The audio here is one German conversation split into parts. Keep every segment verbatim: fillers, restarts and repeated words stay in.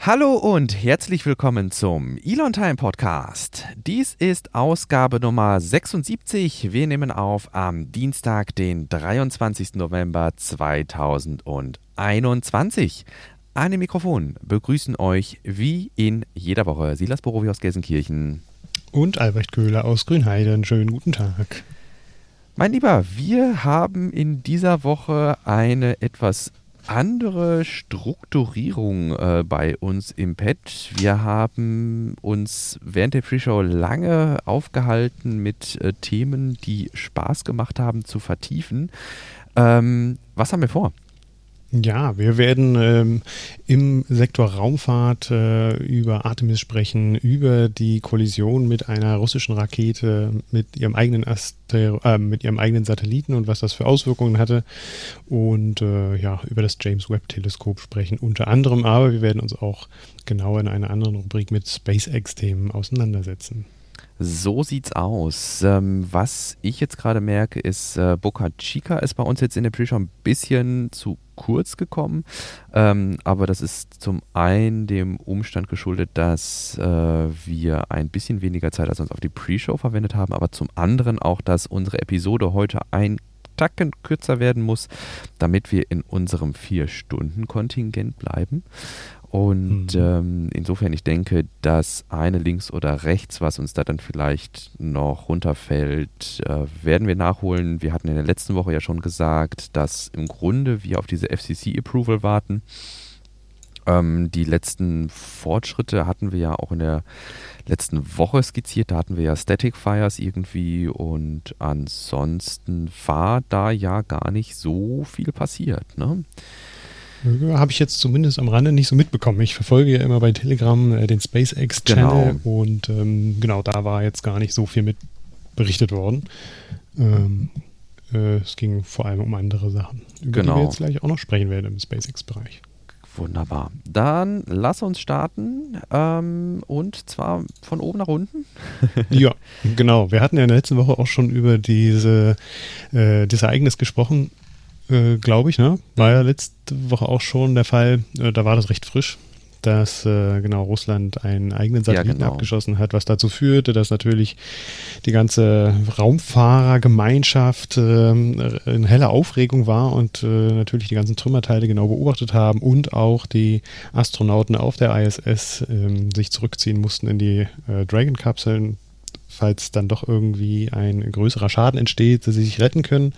Hallo und herzlich willkommen zum Elon Time Podcast. Dies ist Ausgabe Nummer sechsundsiebzig. Wir nehmen auf am Dienstag, den dreiundzwanzigsten November zweitausendeinundzwanzig. An dem Mikrofon begrüßen euch wie in jeder Woche Silas Borowi aus Gelsenkirchen. Und Albrecht Köhler aus Grünheide. Schönen guten Tag. Mein Lieber, wir haben in dieser Woche eine etwas andere Strukturierung äh, bei uns im Pad. Wir haben uns während der Pre-Show lange aufgehalten mit äh, Themen, die Spaß gemacht haben zu vertiefen. Ähm, was haben wir vor? Ja, wir werden ähm, im Sektor Raumfahrt äh, über Artemis sprechen, über die Kollision mit einer russischen Rakete mit ihrem eigenen Aster äh, mit ihrem eigenen Satelliten und was das für Auswirkungen hatte und äh, ja, über das James Webb Teleskop sprechen unter anderem, aber wir werden uns auch genauer in einer anderen Rubrik mit SpaceX-Themen auseinandersetzen. So sieht's aus. Ähm, was ich jetzt gerade merke, ist, äh, Boca Chica ist bei uns jetzt in der Pre-Show ein bisschen zu kurz gekommen. Ähm, aber das ist zum einen dem Umstand geschuldet, dass äh, wir ein bisschen weniger Zeit als sonst auf die Pre-Show verwendet haben, aber zum anderen auch, dass unsere Episode heute ein Tacken kürzer werden muss, damit wir in unserem vier-Stunden-Kontingent bleiben. Und mhm. ähm, insofern, ich denke, das eine links oder rechts, was uns da dann vielleicht noch runterfällt, äh, werden wir nachholen. Wir hatten in der letzten Woche ja schon gesagt, dass im Grunde wir auf diese F C C-Approval warten. Ähm, die letzten Fortschritte hatten wir ja auch in der letzten Woche skizziert. Da hatten wir ja Static Fires irgendwie und ansonsten war da ja gar nicht so viel passiert, ne? Habe ich jetzt zumindest am Rande nicht so mitbekommen. Ich verfolge ja immer bei Telegram äh, den SpaceX-Channel genau. und ähm, genau, da war jetzt gar nicht so viel mit berichtet worden. Ähm, äh, es ging vor allem um andere Sachen, über genau. die wir jetzt gleich auch noch sprechen werden im SpaceX-Bereich. Wunderbar. Dann lass uns starten ähm, und zwar von oben nach unten. Ja, genau. Wir hatten ja in der letzten Woche auch schon über diese, äh, dieses Ereignis gesprochen. Äh, glaube ich, ne? War ja letzte Woche auch schon der Fall, äh, da war das recht frisch, dass äh, genau Russland einen eigenen Satelliten ja, genau. abgeschossen hat, was dazu führte, dass natürlich die ganze Raumfahrergemeinschaft äh, in heller Aufregung war und äh, natürlich die ganzen Trümmerteile genau beobachtet haben und auch die Astronauten auf der I S S äh, sich zurückziehen mussten in die äh, Dragon-Kapseln, falls dann doch irgendwie ein größerer Schaden entsteht, dass sie sich retten können.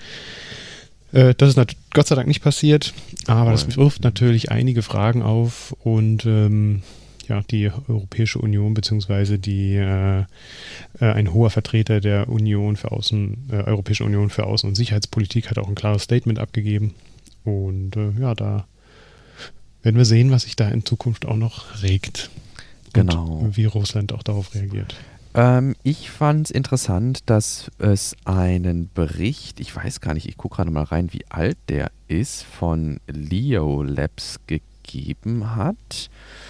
Das ist nat- Gott sei Dank nicht passiert, aber das wirft natürlich einige Fragen auf und ähm, ja, die Europäische Union beziehungsweise die äh, äh, ein hoher Vertreter der Union für Außen, äh, Europäische Union für Außen- und Sicherheitspolitik hat auch ein klares Statement abgegeben und äh, ja, da werden wir sehen, was sich da in Zukunft auch noch regt genau. und wie Russland auch darauf reagiert. Ähm, ich fand es interessant, dass es einen Bericht, ich weiß gar nicht, ich gucke gerade mal rein, wie alt der ist, von Leo Labs gegeben hat.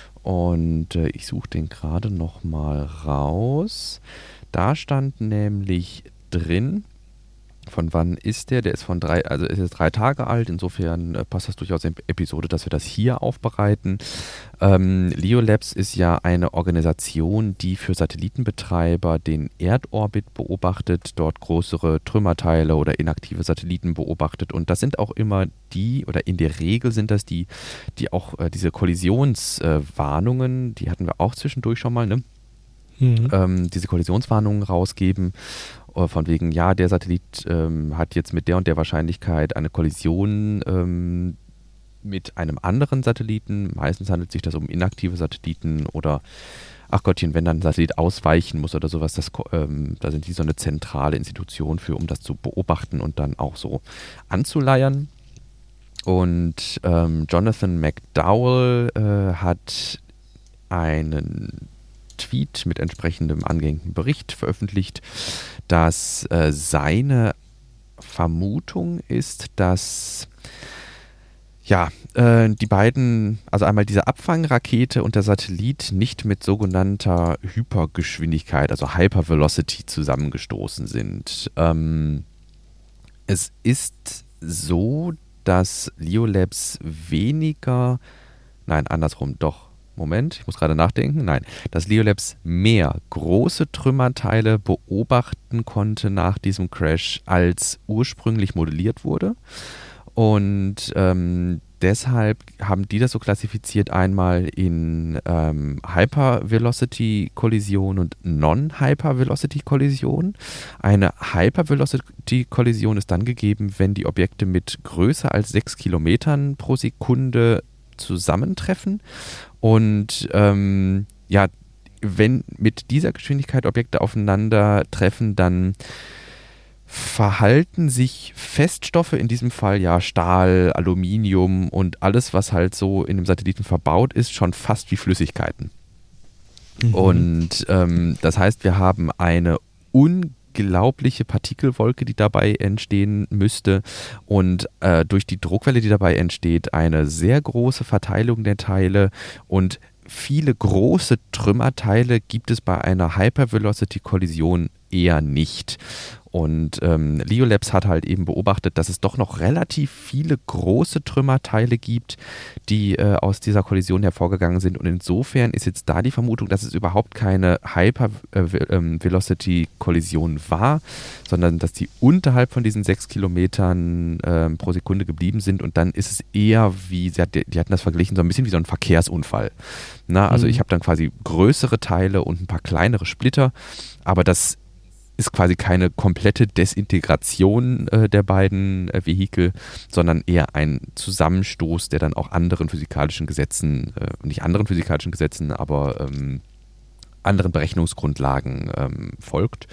Und äh, ich suche den gerade noch mal raus. Da stand nämlich drin, von wann ist der? Der ist von drei, also ist jetzt drei Tage alt. Insofern äh, passt das durchaus in die Episode, dass wir das hier aufbereiten. Ähm, Leo Labs ist ja eine Organisation, die für Satellitenbetreiber den Erdorbit beobachtet, dort größere Trümmerteile oder inaktive Satelliten beobachtet. Und das sind auch immer die, oder in der Regel sind das die, die auch äh, diese Kollisionswarnungen, äh, die hatten wir auch zwischendurch schon mal, ne? Mhm. Ähm, diese Kollisionswarnungen rausgeben. Von wegen, ja, der Satellit ähm, hat jetzt mit der und der Wahrscheinlichkeit eine Kollision ähm, mit einem anderen Satelliten. Meistens handelt sich das um inaktive Satelliten oder, ach Gottchen, wenn dann ein Satellit ausweichen muss oder sowas, das, ähm, da sind die so eine zentrale Institution für, um das zu beobachten und dann auch so anzuleiern. Und ähm, Jonathan McDowell äh, hat einen Tweet mit entsprechendem angehängten Bericht veröffentlicht, dass äh, seine Vermutung ist, dass ja, äh, die beiden, also einmal diese Abfangrakete und der Satellit nicht mit sogenannter Hypergeschwindigkeit, also Hypervelocity zusammengestoßen sind. Ähm, es ist so, dass Leo Labs weniger, nein, andersrum, doch, Moment, ich muss gerade nachdenken. Nein, dass Leo Labs mehr große Trümmerteile beobachten konnte nach diesem Crash, als ursprünglich modelliert wurde. Und ähm, deshalb haben die das so klassifiziert, einmal in ähm, Hypervelocity-Kollision und Non-Hypervelocity-Kollision. Eine Hypervelocity-Kollision ist dann gegeben, wenn die Objekte mit größer als sechs Kilometern pro Sekunde zusammentreffen. Und ähm, ja, wenn mit dieser Geschwindigkeit Objekte aufeinandertreffen, dann verhalten sich Feststoffe, in diesem Fall ja Stahl, Aluminium und alles, was halt so in dem Satelliten verbaut ist, schon fast wie Flüssigkeiten. Mhm. Und ähm, das heißt, wir haben eine unglaubliche Partikelwolke, die dabei entstehen müsste, und äh, durch die Druckwelle, die dabei entsteht, eine sehr große Verteilung der Teile, und viele große Trümmerteile gibt es bei einer Hypervelocity-Kollision eher nicht. Und ähm, Leo Labs hat halt eben beobachtet, dass es doch noch relativ viele große Trümmerteile gibt, die äh, aus dieser Kollision hervorgegangen sind. Und insofern ist jetzt da die Vermutung, dass es überhaupt keine Hyper-Velocity-Kollision war, sondern dass die unterhalb von diesen sechs Kilometern äh, pro Sekunde geblieben sind. Und dann ist es eher wie, sie hat, die hatten das verglichen, so ein bisschen wie so ein Verkehrsunfall. Na, also mhm. ich habe dann quasi größere Teile und ein paar kleinere Splitter, aber das ist quasi keine komplette Desintegration äh, der beiden äh, Vehikel, sondern eher ein Zusammenstoß, der dann auch anderen physikalischen Gesetzen, äh, nicht anderen physikalischen Gesetzen, aber ähm, anderen Berechnungsgrundlagen ähm, folgt.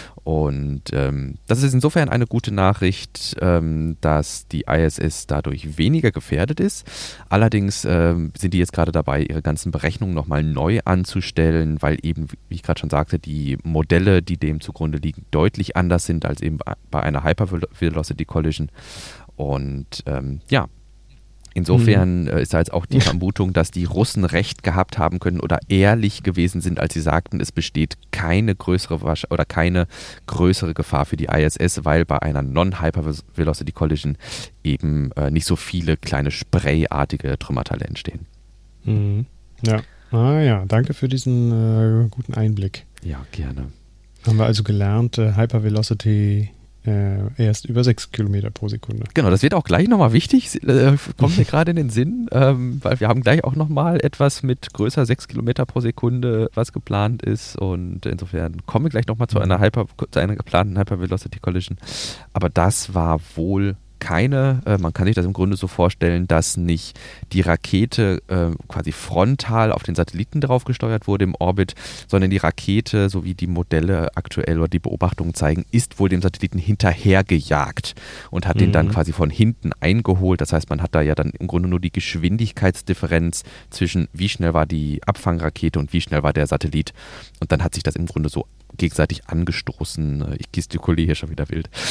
Und ähm, das ist insofern eine gute Nachricht, ähm, dass die I S S dadurch weniger gefährdet ist. Allerdings ähm, sind die jetzt gerade dabei, ihre ganzen Berechnungen nochmal neu anzustellen, weil eben, wie ich gerade schon sagte, die Modelle, die dem zugrunde liegen, deutlich anders sind als eben bei einer Hypervelocity Collision. Und ähm, ja, insofern äh, ist da jetzt auch die Vermutung, dass die Russen recht gehabt haben können oder ehrlich gewesen sind, als sie sagten, es besteht keine größere oder keine größere Gefahr für die I S S, weil bei einer Non-Hypervelocity Collision eben äh, nicht so viele kleine sprayartige Trümmerteile entstehen. Mhm. Ja, ah ja, danke für diesen äh, guten Einblick. Ja, gerne. Haben wir also gelernt, äh, Hypervelocity Äh, erst über sechs Kilometer pro Sekunde. Genau, das wird auch gleich nochmal wichtig, äh, kommt mir gerade in den Sinn, ähm, weil wir haben gleich auch nochmal etwas mit größer sechs Kilometer pro Sekunde, was geplant ist, und insofern kommen wir gleich nochmal zu einer Hyper, zu einer geplanten Hypervelocity Collision. Aber das war wohl keine, äh, man kann sich das im Grunde so vorstellen, dass nicht die Rakete äh, quasi frontal auf den Satelliten drauf gesteuert wurde im Orbit, sondern die Rakete, so wie die Modelle aktuell oder die Beobachtungen zeigen, ist wohl dem Satelliten hinterhergejagt und hat mhm. den dann quasi von hinten eingeholt. Das heißt, man hat da ja dann im Grunde nur die Geschwindigkeitsdifferenz zwischen wie schnell war die Abfangrakete und wie schnell war der Satellit, und dann hat sich das im Grunde so gegenseitig angestoßen. Ich gestikuliere hier schon wieder wild.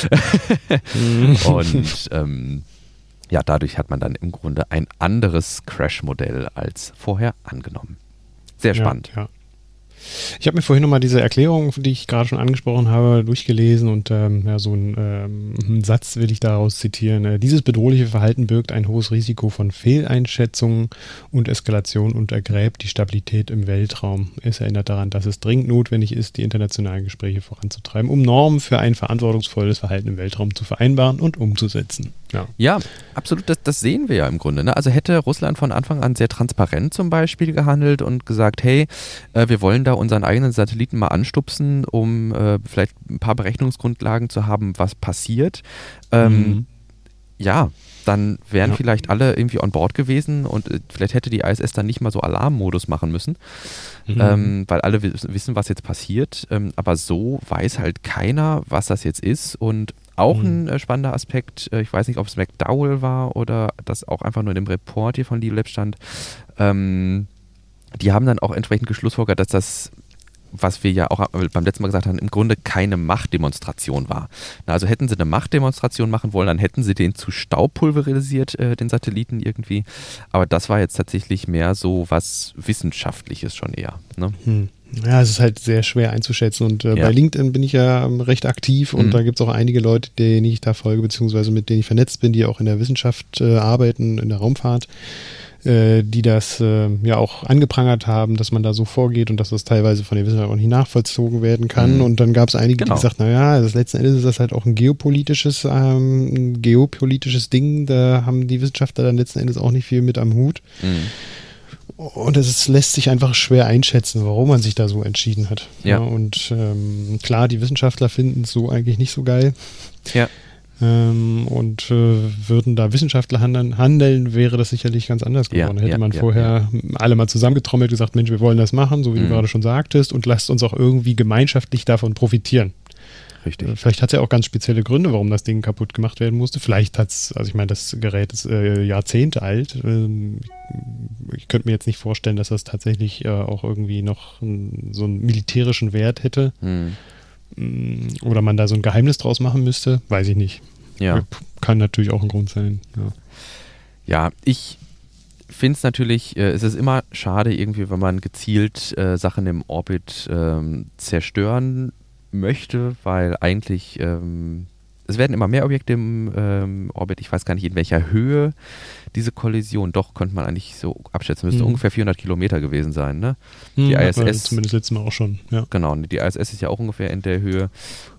Und ähm, ja, dadurch hat man dann im Grunde ein anderes Crash-Modell als vorher angenommen. Sehr spannend. Ja, ja. Ich habe mir vorhin nochmal diese Erklärung, die ich gerade schon angesprochen habe, durchgelesen, und ähm, ja, so einen, ähm, einen Satz will ich daraus zitieren. Äh, Dieses bedrohliche Verhalten birgt ein hohes Risiko von Fehleinschätzungen und Eskalation und untergräbt die Stabilität im Weltraum. Es erinnert daran, dass es dringend notwendig ist, die internationalen Gespräche voranzutreiben, um Normen für ein verantwortungsvolles Verhalten im Weltraum zu vereinbaren und umzusetzen. Ja, ja, absolut, das, das sehen wir ja im Grunde. Ne? Also hätte Russland von Anfang an sehr transparent zum Beispiel gehandelt und gesagt, hey, äh, wir wollen da unseren eigenen Satelliten mal anstupsen, um äh, vielleicht ein paar Berechnungsgrundlagen zu haben, was passiert. Ähm, mhm. Ja, dann wären ja. vielleicht alle irgendwie on board gewesen, und äh, vielleicht hätte die I S S dann nicht mal so Alarmmodus machen müssen, mhm. ähm, weil alle wissen, was jetzt passiert. Ähm, aber so weiß halt keiner, was das jetzt ist. Und auch mhm. ein äh, spannender Aspekt, äh, ich weiß nicht, ob es McDowell war oder das auch einfach nur in dem Report hier von Leo Labs stand, ähm, die haben dann auch entsprechend geschlussfolgert, dass das, was wir ja auch beim letzten Mal gesagt haben, im Grunde keine Machtdemonstration war. Na, also hätten sie eine Machtdemonstration machen wollen, dann hätten sie den zu Staub pulverisiert, äh, den Satelliten irgendwie. Aber das war jetzt tatsächlich mehr so was Wissenschaftliches schon eher. Ne? Hm. Ja, es ist halt sehr schwer einzuschätzen, und äh, ja. bei LinkedIn bin ich ja ähm, recht aktiv, und mhm. da gibt es auch einige Leute, denen ich da folge, beziehungsweise mit denen ich vernetzt bin, die auch in der Wissenschaft äh, arbeiten, in der Raumfahrt. äh, die das äh, ja auch angeprangert haben, dass man da so vorgeht und dass das teilweise von den Wissenschaftlern auch nicht nachvollzogen werden kann. Mhm. Und dann gab es einige, Genau. die gesagt, naja, das letzten Endes ist das halt auch ein geopolitisches, ähm, ein geopolitisches Ding. Da haben die Wissenschaftler dann letzten Endes auch nicht viel mit am Hut. Mhm. Und es ist, lässt sich einfach schwer einschätzen, warum man sich da so entschieden hat. Ja. Ja, und ähm, klar, die Wissenschaftler finden es so eigentlich nicht so geil. Ja. Ähm, und äh, würden da Wissenschaftler handeln, handeln, wäre das sicherlich ganz anders geworden. Ja, Hätte ja, man ja, vorher alle mal zusammengetrommelt, gesagt, Mensch, wir wollen das machen, so wie Mhm. du gerade schon sagtest, und lasst uns auch irgendwie gemeinschaftlich davon profitieren. Richtig. Äh, Vielleicht hat es ja auch ganz spezielle Gründe, warum das Ding kaputt gemacht werden musste. Vielleicht hat es, also ich meine, das Gerät ist äh, Jahrzehnte alt. Ähm, ich könnte mir jetzt nicht vorstellen, dass das tatsächlich äh, auch irgendwie noch n, so einen militärischen Wert hätte. Mhm. Mm, Oder man da so ein Geheimnis draus machen müsste. Weiß ich nicht. Ja. Kann natürlich auch ein Grund sein. Ja. Ja, ich finde es natürlich, äh, es ist immer schade irgendwie, wenn man gezielt äh, Sachen im Orbit ähm, zerstören möchte, weil eigentlich ähm, es werden immer mehr Objekte im ähm, Orbit, ich weiß gar nicht in welcher Höhe diese Kollision, doch könnte man eigentlich so abschätzen, müsste Mhm. ungefähr vierhundert Kilometer gewesen sein, ne? Hm, Die hat I S man S, zumindest letztes Mal auch schon. Ja. genau, die I S S ist ja auch ungefähr in der Höhe.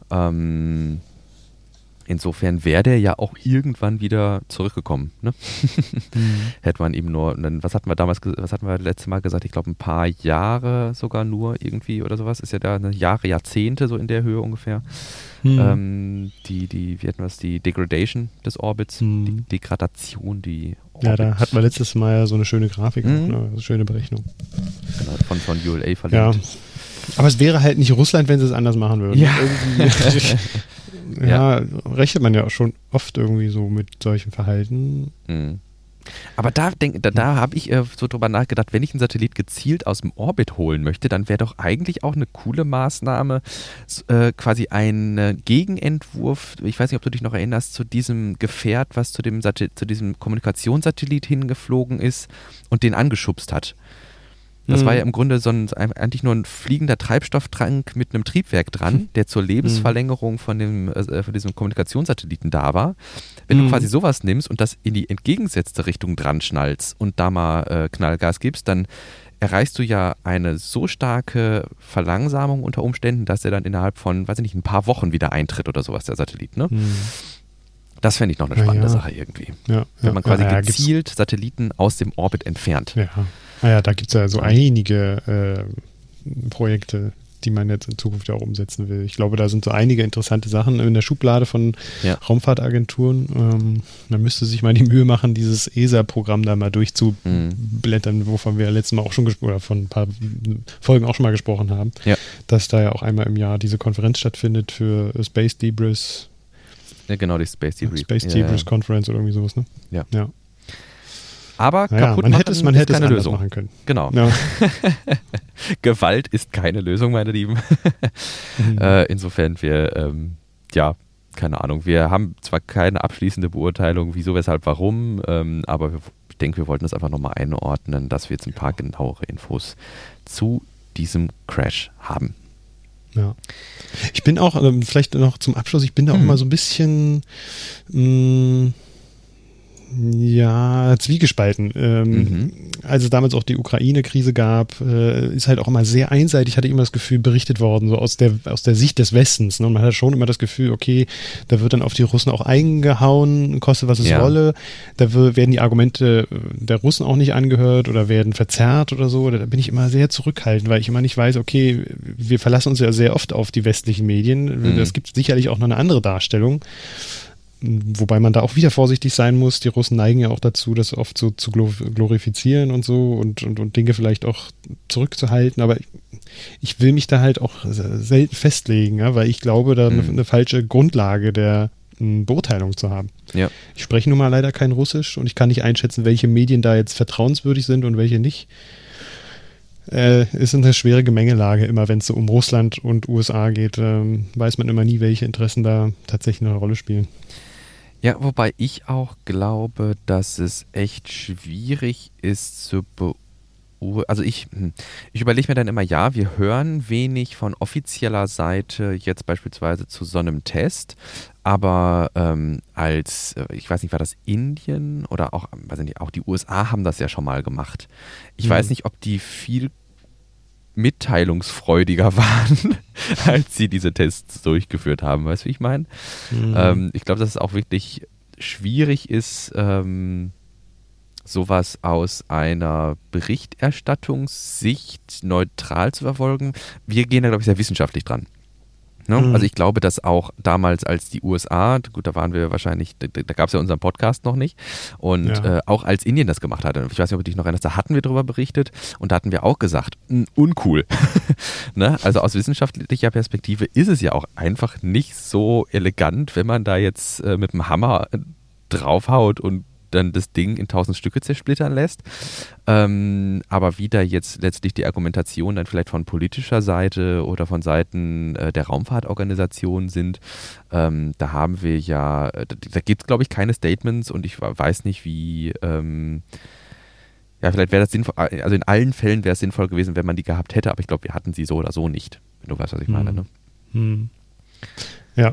Ähm, insofern wäre der ja auch irgendwann wieder zurückgekommen, ne? Mhm. Hätte man ihm nur, dann, was hatten wir damals, ge- was hatten wir letztes Mal gesagt? Ich glaube ein paar Jahre sogar nur irgendwie oder sowas. Ist ja da eine Jahre, Jahrzehnte so in der Höhe ungefähr. Mhm. Ähm, die, die, wie hatten wir es, die Degradation des Orbits, Mhm. die Degradation, die Ja, Orbit, da hatten wir letztes Mal ja so eine schöne Grafik, Mhm. auch, ne? Eine schöne Berechnung. genau, von, von U L A Ja. verlinkt. Aber es wäre halt nicht Russland, wenn sie es anders machen würden. Ja. Irgendwie, ja, rechnet man ja auch schon oft irgendwie so mit solchen Verhalten. Mhm. Aber da, denk, da, da habe ich äh, so drüber nachgedacht, wenn ich einen Satellit gezielt aus dem Orbit holen möchte, dann wäre doch eigentlich auch eine coole Maßnahme, s- äh, quasi ein äh, Gegenentwurf, ich weiß nicht, ob du dich noch erinnerst, zu diesem Gefährt, was zu, dem Satellit, zu diesem Kommunikationssatellit hingeflogen ist und den angeschubst hat. Das Mhm. war ja im Grunde so ein, ein, eigentlich nur ein fliegender Treibstofftank mit einem Triebwerk dran, der zur Lebensverlängerung von, dem, äh, von diesem Kommunikationssatelliten da war. Wenn Mhm. du quasi sowas nimmst und das in die entgegengesetzte Richtung dran schnallst und da mal äh, Knallgas gibst, dann erreichst du ja eine so starke Verlangsamung unter Umständen, dass er dann innerhalb von, weiß ich nicht, ein paar Wochen wieder eintritt oder sowas, der Satellit. Ne? Mhm. Das fände ich noch eine Ja, spannende ja. Sache irgendwie. Ja, Wenn ja, man quasi ja, ja, gibt's- gezielt Satelliten aus dem Orbit entfernt. Ja, naja, da gibt es ja so einige äh, Projekte, die man jetzt in Zukunft ja auch umsetzen will. Ich glaube, da sind so einige interessante Sachen in der Schublade von Ja. Raumfahrtagenturen. Ähm, man müsste sich mal die Mühe machen, dieses E S A-Programm da mal Mhm. durchzublättern, wovon wir letztes Mal auch schon ges- oder von ein paar Folgen auch schon mal gesprochen haben. Ja. Dass da ja auch einmal im Jahr diese Konferenz stattfindet für Space Debris, Ja, genau, die Space Debris. Space Ja, Debris ja. Conference oder irgendwie sowas, ne? Ja. Ja. Aber Naja, kaputt man machen hätte es, man ist hätte es keine anders Lösung. machen können. Genau. Ja. Gewalt ist keine Lösung, meine Lieben. Mhm. äh, insofern wir, ähm, ja, keine Ahnung, wir haben zwar keine abschließende Beurteilung, wieso, weshalb, warum, ähm, aber wir, ich denke, wir wollten es einfach nochmal einordnen, dass wir jetzt ein paar genauere Infos zu diesem Crash haben. Ja. Ich bin auch, ähm, vielleicht noch zum Abschluss, ich bin da auch Mhm. mal so ein bisschen mh, ja, zwiegespalten. Ähm, Mhm. Als es damals auch die Ukraine-Krise gab, äh, ist halt auch immer sehr einseitig, hatte ich immer das Gefühl, berichtet worden, so aus der, aus der Sicht des Westens. Ne? Und man hat schon immer das Gefühl, okay, da wird dann auf die Russen auch eingehauen, koste was es Ja. wolle. Da w- werden die Argumente der Russen auch nicht angehört oder werden verzerrt oder so. Da bin ich immer sehr zurückhaltend, weil ich immer nicht weiß, okay, wir verlassen uns ja sehr oft auf die westlichen Medien. Mhm. Es gibt sicherlich auch noch eine andere Darstellung. Wobei man da auch wieder vorsichtig sein muss. Die Russen neigen ja auch dazu, das oft so zu glorifizieren und so und, und, und Dinge vielleicht auch zurückzuhalten. Aber ich, ich will mich da halt auch selten festlegen, ja, weil ich glaube, da eine, Mhm. eine falsche Grundlage der m, Beurteilung zu haben. Ja. Ich spreche nun mal leider kein Russisch und ich kann nicht einschätzen, welche Medien da jetzt vertrauenswürdig sind und welche nicht. Äh, ist eine schwere Gemengelage, immer wenn es so um Russland und U S A geht, ähm, weiß man immer nie, welche Interessen da tatsächlich eine Rolle spielen. Ja, wobei ich auch glaube, dass es echt schwierig ist zu also ich, ich überlege mir dann immer, ja, wir hören wenig von offizieller Seite jetzt beispielsweise zu so einem Test, aber ähm, als, ich weiß nicht, war das Indien oder auch, weiß nicht, auch die U S A haben das ja schon mal gemacht. Ich mhm. weiß nicht, ob die viel mitteilungsfreudiger waren, als sie diese Tests durchgeführt haben, weißt du, wie ich meine? Mhm. Ähm, ich glaube, dass es auch wirklich schwierig ist, ähm, sowas aus einer Berichterstattungssicht neutral zu verfolgen. Wir gehen da, glaube ich, sehr wissenschaftlich dran. Ne? Mhm. Also ich glaube, dass auch damals, als die U S A, gut, da waren wir wahrscheinlich, da, da gab es ja unseren Podcast noch nicht, und ja. äh, auch als Indien das gemacht hatte, ich weiß nicht, ob du dich noch erinnerst, da hatten wir darüber berichtet und da hatten wir auch gesagt, mh, uncool. Ne? Also aus wissenschaftlicher Perspektive ist es ja auch einfach nicht so elegant, wenn man da jetzt äh, mit dem Hammer äh, draufhaut und dann das Ding in tausend Stücke zersplittern lässt. Ähm, aber wie da jetzt letztlich die Argumentation dann vielleicht von politischer Seite oder von Seiten äh, der Raumfahrtorganisation sind, ähm, da haben wir ja, da, da gibt es, glaube ich, keine Statements und ich weiß nicht, wie, ähm, ja, vielleicht wäre das sinnvoll, also in allen Fällen wäre es sinnvoll gewesen, wenn man die gehabt hätte, aber ich glaube, wir hatten sie so oder so nicht, wenn du weißt, was ich meine. Ne? Hm. Ja.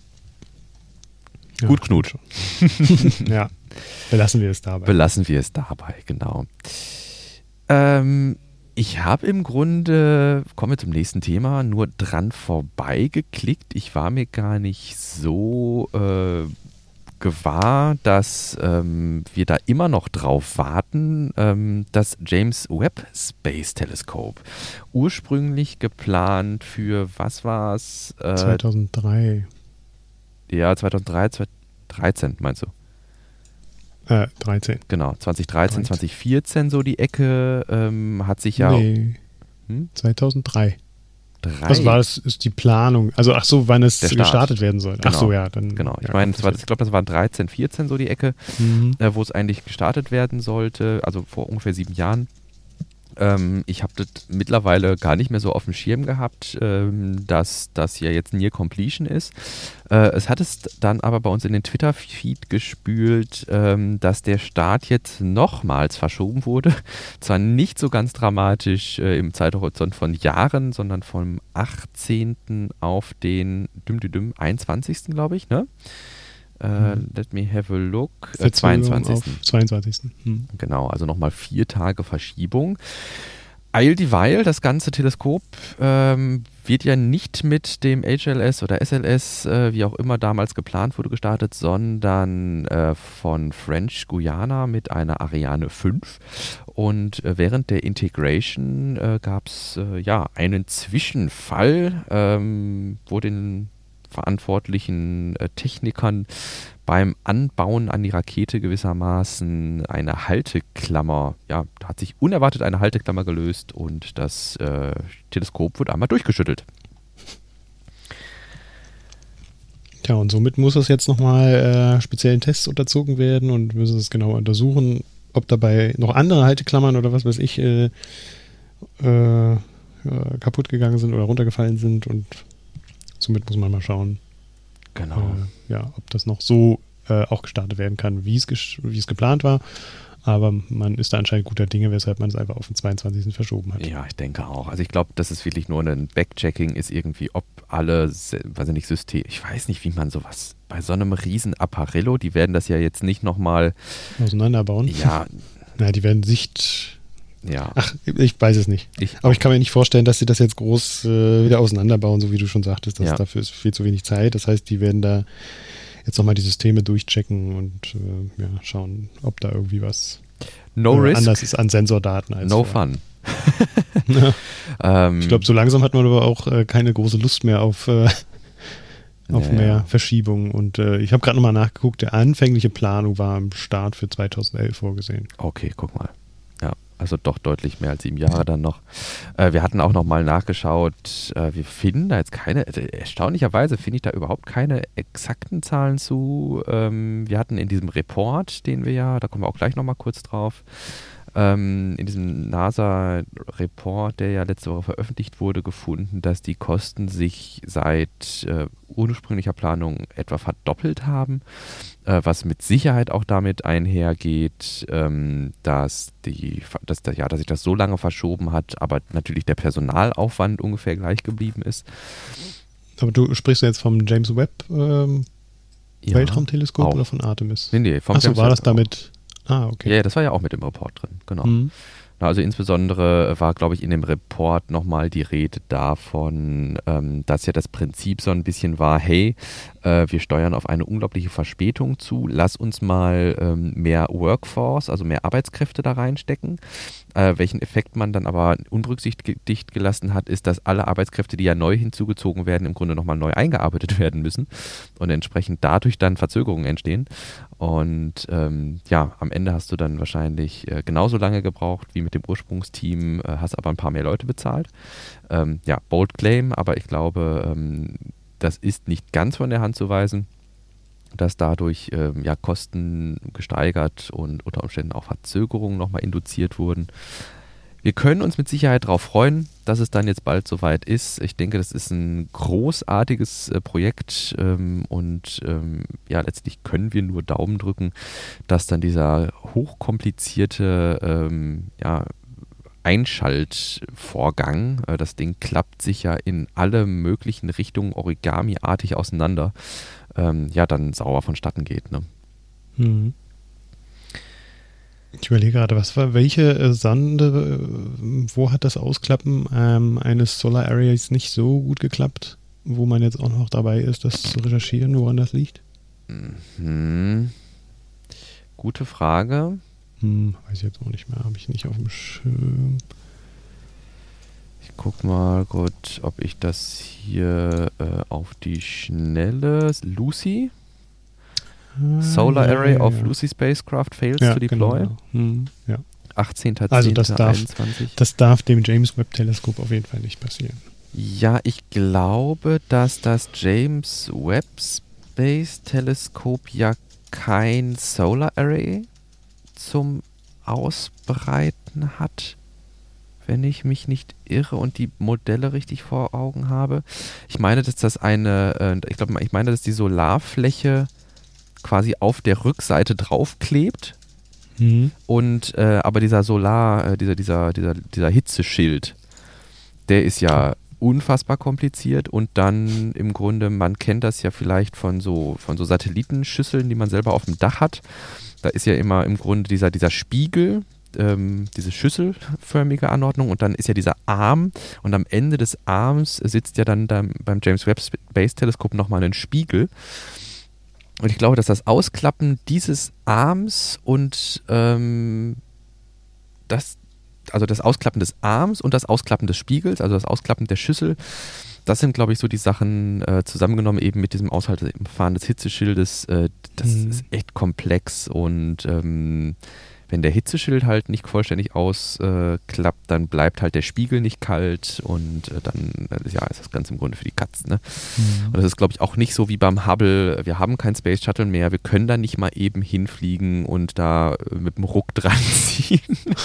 Ja, gut, Knut. Ja, belassen wir es dabei. Belassen wir es dabei, genau. Ähm, ich habe im Grunde, kommen wir zum nächsten Thema, nur dran vorbeigeklickt. Ich war mir gar nicht so äh, gewahr, dass ähm, wir da immer noch drauf warten, ähm, das James Webb Space Telescope. Ursprünglich geplant für, was war es? Äh, zweitausenddrei. Ja, zweitausenddrei, zweitausenddreizehn meinst du? Äh, dreizehn. Genau, zweitausenddreizehn, zweitausendvierzehn so die Ecke, ähm, hat sich ja... Nee, hm? zweitausenddrei. Drei? Was war das, ist die Planung? Also, ach so, wann es Start. gestartet werden soll. Genau. Ach so, ja. Dann, genau, ich ja, meine, ich glaube, das war dreizehn, vierzehn so die Ecke, mhm. äh, wo es eigentlich gestartet werden sollte, also vor ungefähr sieben Jahren. Ähm, ich habe das mittlerweile gar nicht mehr so auf dem Schirm gehabt, ähm, dass das ja jetzt Near Completion ist. Äh, es hat es dann aber bei uns in den Twitter-Feed gespült, ähm, dass der Start jetzt nochmals verschoben wurde. Zwar nicht so ganz dramatisch äh, im Zeithorizont von Jahren, sondern vom achtzehnten auf den düm, düm, düm, einundzwanzigsten glaube ich, ne? Uh, let me have a look. Äh, zweiundzwanzigsten zweiundzwanzigsten Hm. Genau, also nochmal vier Tage Verschiebung. Eil dieweil, das ganze Teleskop ähm, wird ja nicht mit dem H L S oder S L S, äh, wie auch immer damals geplant wurde, gestartet, sondern äh, von French Guiana mit einer Ariane fünf. Und äh, während der Integration äh, gab es äh, ja einen Zwischenfall, ähm, wo den verantwortlichen äh, Technikern beim Anbauen an die Rakete gewissermaßen eine Halteklammer, ja, da hat sich unerwartet eine Halteklammer gelöst und das äh, Teleskop wurde einmal durchgeschüttelt. Tja, und somit muss es jetzt nochmal äh, speziellen Tests unterzogen werden und müssen es genau untersuchen, ob dabei noch andere Halteklammern oder was weiß ich äh, äh, kaputt gegangen sind oder runtergefallen sind, und somit muss man mal schauen, genau. äh, ja, ob das noch so äh, auch gestartet werden kann, wie es, ges- wie es geplant war. Aber man ist da anscheinend guter Dinge, weshalb man es einfach auf den zweiundzwanzigsten verschoben hat. Ja, ich denke auch. Also ich glaube, dass es wirklich nur ein Backchecking ist, irgendwie, ob alle, weiß ich nicht, System, ich weiß nicht, wie man sowas, bei so einem riesen Apparillo, die werden das ja jetzt nicht nochmal auseinanderbauen. Ja. Na, die werden Sicht... Ja. Ach, ich weiß es nicht. Ich Aber ich kann mir nicht vorstellen, dass sie das jetzt groß äh, wieder auseinanderbauen, so wie du schon sagtest. Dass ja. Dafür ist viel zu wenig Zeit. Das heißt, die werden da jetzt nochmal die Systeme durchchecken und äh, ja, schauen, ob da irgendwie was no äh, risk. anders ist an Sensordaten. Als no vor. fun. Ja. ähm, ich glaube, so langsam hat man aber auch äh, keine große Lust mehr auf, äh, auf ja, mehr ja. Verschiebungen. Und äh, ich habe gerade nochmal nachgeguckt, der anfängliche Planung war im Start für zweitausendelf vorgesehen. Okay, guck mal. Ja, also doch deutlich mehr als sieben Jahre dann noch. Äh, wir hatten auch nochmal nachgeschaut, äh, wir finden da jetzt keine, äh, erstaunlicherweise finde ich da überhaupt keine exakten Zahlen zu. Ähm, wir hatten in diesem Report, den wir ja, da kommen wir auch gleich nochmal kurz drauf, ähm, in diesem NASA-Report, der ja letzte Woche veröffentlicht wurde, gefunden, dass die Kosten sich seit äh, ursprünglicher Planung etwa verdoppelt haben, äh, was mit Sicherheit auch damit einhergeht, ähm, dass, die, dass, ja, dass sich das so lange verschoben hat, aber natürlich der Personalaufwand ungefähr gleich geblieben ist. Aber du sprichst jetzt vom James Webb ähm, Ja, Weltraumteleskop auch. oder von Artemis? Nee, nee, vom Achso, James war Webb das damit? Ah, okay. Ja, ja, das war ja auch mit im Report drin, genau. Mhm. Na, also insbesondere war, glaube ich, in dem Report nochmal die Rede davon, ähm, dass ja das Prinzip so ein bisschen war, hey, äh, wir steuern auf eine unglaubliche Verspätung zu, lass uns mal ähm, mehr Workforce, also mehr Arbeitskräfte da reinstecken. Äh, welchen Effekt man dann aber unberücksichtigt gelassen hat, ist, dass alle Arbeitskräfte, die ja neu hinzugezogen werden, im Grunde nochmal neu eingearbeitet werden müssen und entsprechend dadurch dann Verzögerungen entstehen. Und ähm, ja, am Ende hast du dann wahrscheinlich äh, genauso lange gebraucht wie mit dem Ursprungsteam, äh, hast aber ein paar mehr Leute bezahlt. Ähm, ja, bold claim, aber ich glaube, ähm, das ist nicht ganz von der Hand zu weisen, dass dadurch ähm, ja, Kosten gesteigert und unter Umständen auch Verzögerungen nochmal induziert wurden. Wir können uns mit Sicherheit darauf freuen, dass es dann jetzt bald soweit ist. Ich denke, das ist ein großartiges äh, Projekt ähm, und ähm, ja, letztlich können wir nur Daumen drücken, dass dann dieser hochkomplizierte ähm, ja, Einschaltvorgang, äh, das Ding klappt sich ja in alle möglichen Richtungen Origami-artig auseinander, ähm, ja, dann sauber vonstatten geht. Ne? Mhm. Ich überlege gerade, was war, welche äh, Sonde, äh, wo hat das Ausklappen ähm, eines Solar Arrays nicht so gut geklappt, wo man jetzt auch noch dabei ist, das zu recherchieren, woran das liegt? Mhm. Gute Frage. Hm, weiß ich jetzt auch nicht mehr, habe ich nicht auf dem Schirm. Ich guck mal gut, ob ich das hier äh, auf die Schnelle. Lucy? Ah, Solar ja, Array ja, of ja. Lucy Spacecraft fails Ja, to deploy. Genau, genau. Hm, ja. achtzehnter Also zehnter das darf, einundzwanzig. das darf dem James Webb Teleskop auf jeden Fall nicht passieren. Ja, ich glaube, dass das James Webb Space Teleskop ja kein Solar Array zum Ausbreiten hat, wenn ich mich nicht irre und die Modelle richtig vor Augen habe. Ich meine, dass das eine, äh, ich glaube, ich meine, dass die Solarfläche quasi auf der Rückseite draufklebt Mhm. und äh, aber dieser Solar, äh, dieser, dieser, dieser, dieser Hitzeschild, der ist ja unfassbar kompliziert und dann im Grunde, man kennt das ja vielleicht von so, von so Satellitenschüsseln, die man selber auf dem Dach hat. Da ist ja immer im Grunde dieser, dieser Spiegel, ähm, diese schüsselförmige Anordnung und dann ist ja dieser Arm und am Ende des Arms sitzt ja dann, dann beim James Webb Space Teleskop nochmal ein Spiegel. Und ich glaube, dass das Ausklappen dieses Arms und ähm, das, also das Ausklappen des Arms und das Ausklappen des Spiegels, also das Ausklappen der Schüssel, das sind, glaube ich, so die Sachen äh, zusammengenommen eben mit diesem Aushaltefahren des Hitzeschildes. Äh, das Mhm. ist echt komplex und ähm, wenn der Hitzeschild halt nicht vollständig ausklappt, äh, dann bleibt halt der Spiegel nicht kalt und äh, dann äh, ja, ist das Ganze im Grunde für die Katz. Ne? Mhm. Und das ist, glaube ich, auch nicht so wie beim Hubble. Wir haben kein Space Shuttle mehr, wir können da nicht mal eben hinfliegen und da äh, mit dem Ruck dran ziehen,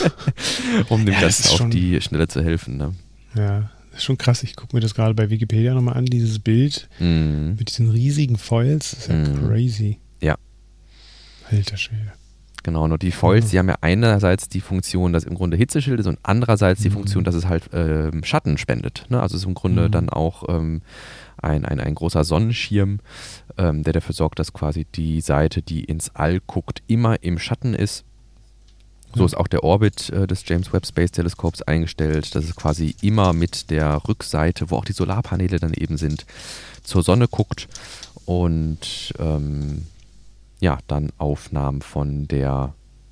um dem Ja, das Ganzen ist auf schon- die Schnelle zu helfen. Ne? Ja, das ist schon krass. Ich gucke mir das gerade bei Wikipedia nochmal an, dieses Bild Mhm. mit diesen riesigen Foils. Das ist ja Mhm. crazy. Ja. Alter Schwede. Genau, nur die Foils, Mhm. die haben ja einerseits die Funktion, dass im Grunde Hitzeschild ist und andererseits die Mhm. Funktion, dass es halt ähm, Schatten spendet. Ne? Also es ist im Grunde Mhm. dann auch ähm, ein, ein, ein großer Sonnenschirm, ähm, der dafür sorgt, dass quasi die Seite, die ins All guckt, immer im Schatten ist. So Ja. ist auch der Orbit äh, des James Webb Space Teleskops eingestellt, dass es quasi immer mit der Rückseite, wo auch die Solarpaneele dann eben sind, zur Sonne guckt und ähm, ja, dann Aufnahmen von der,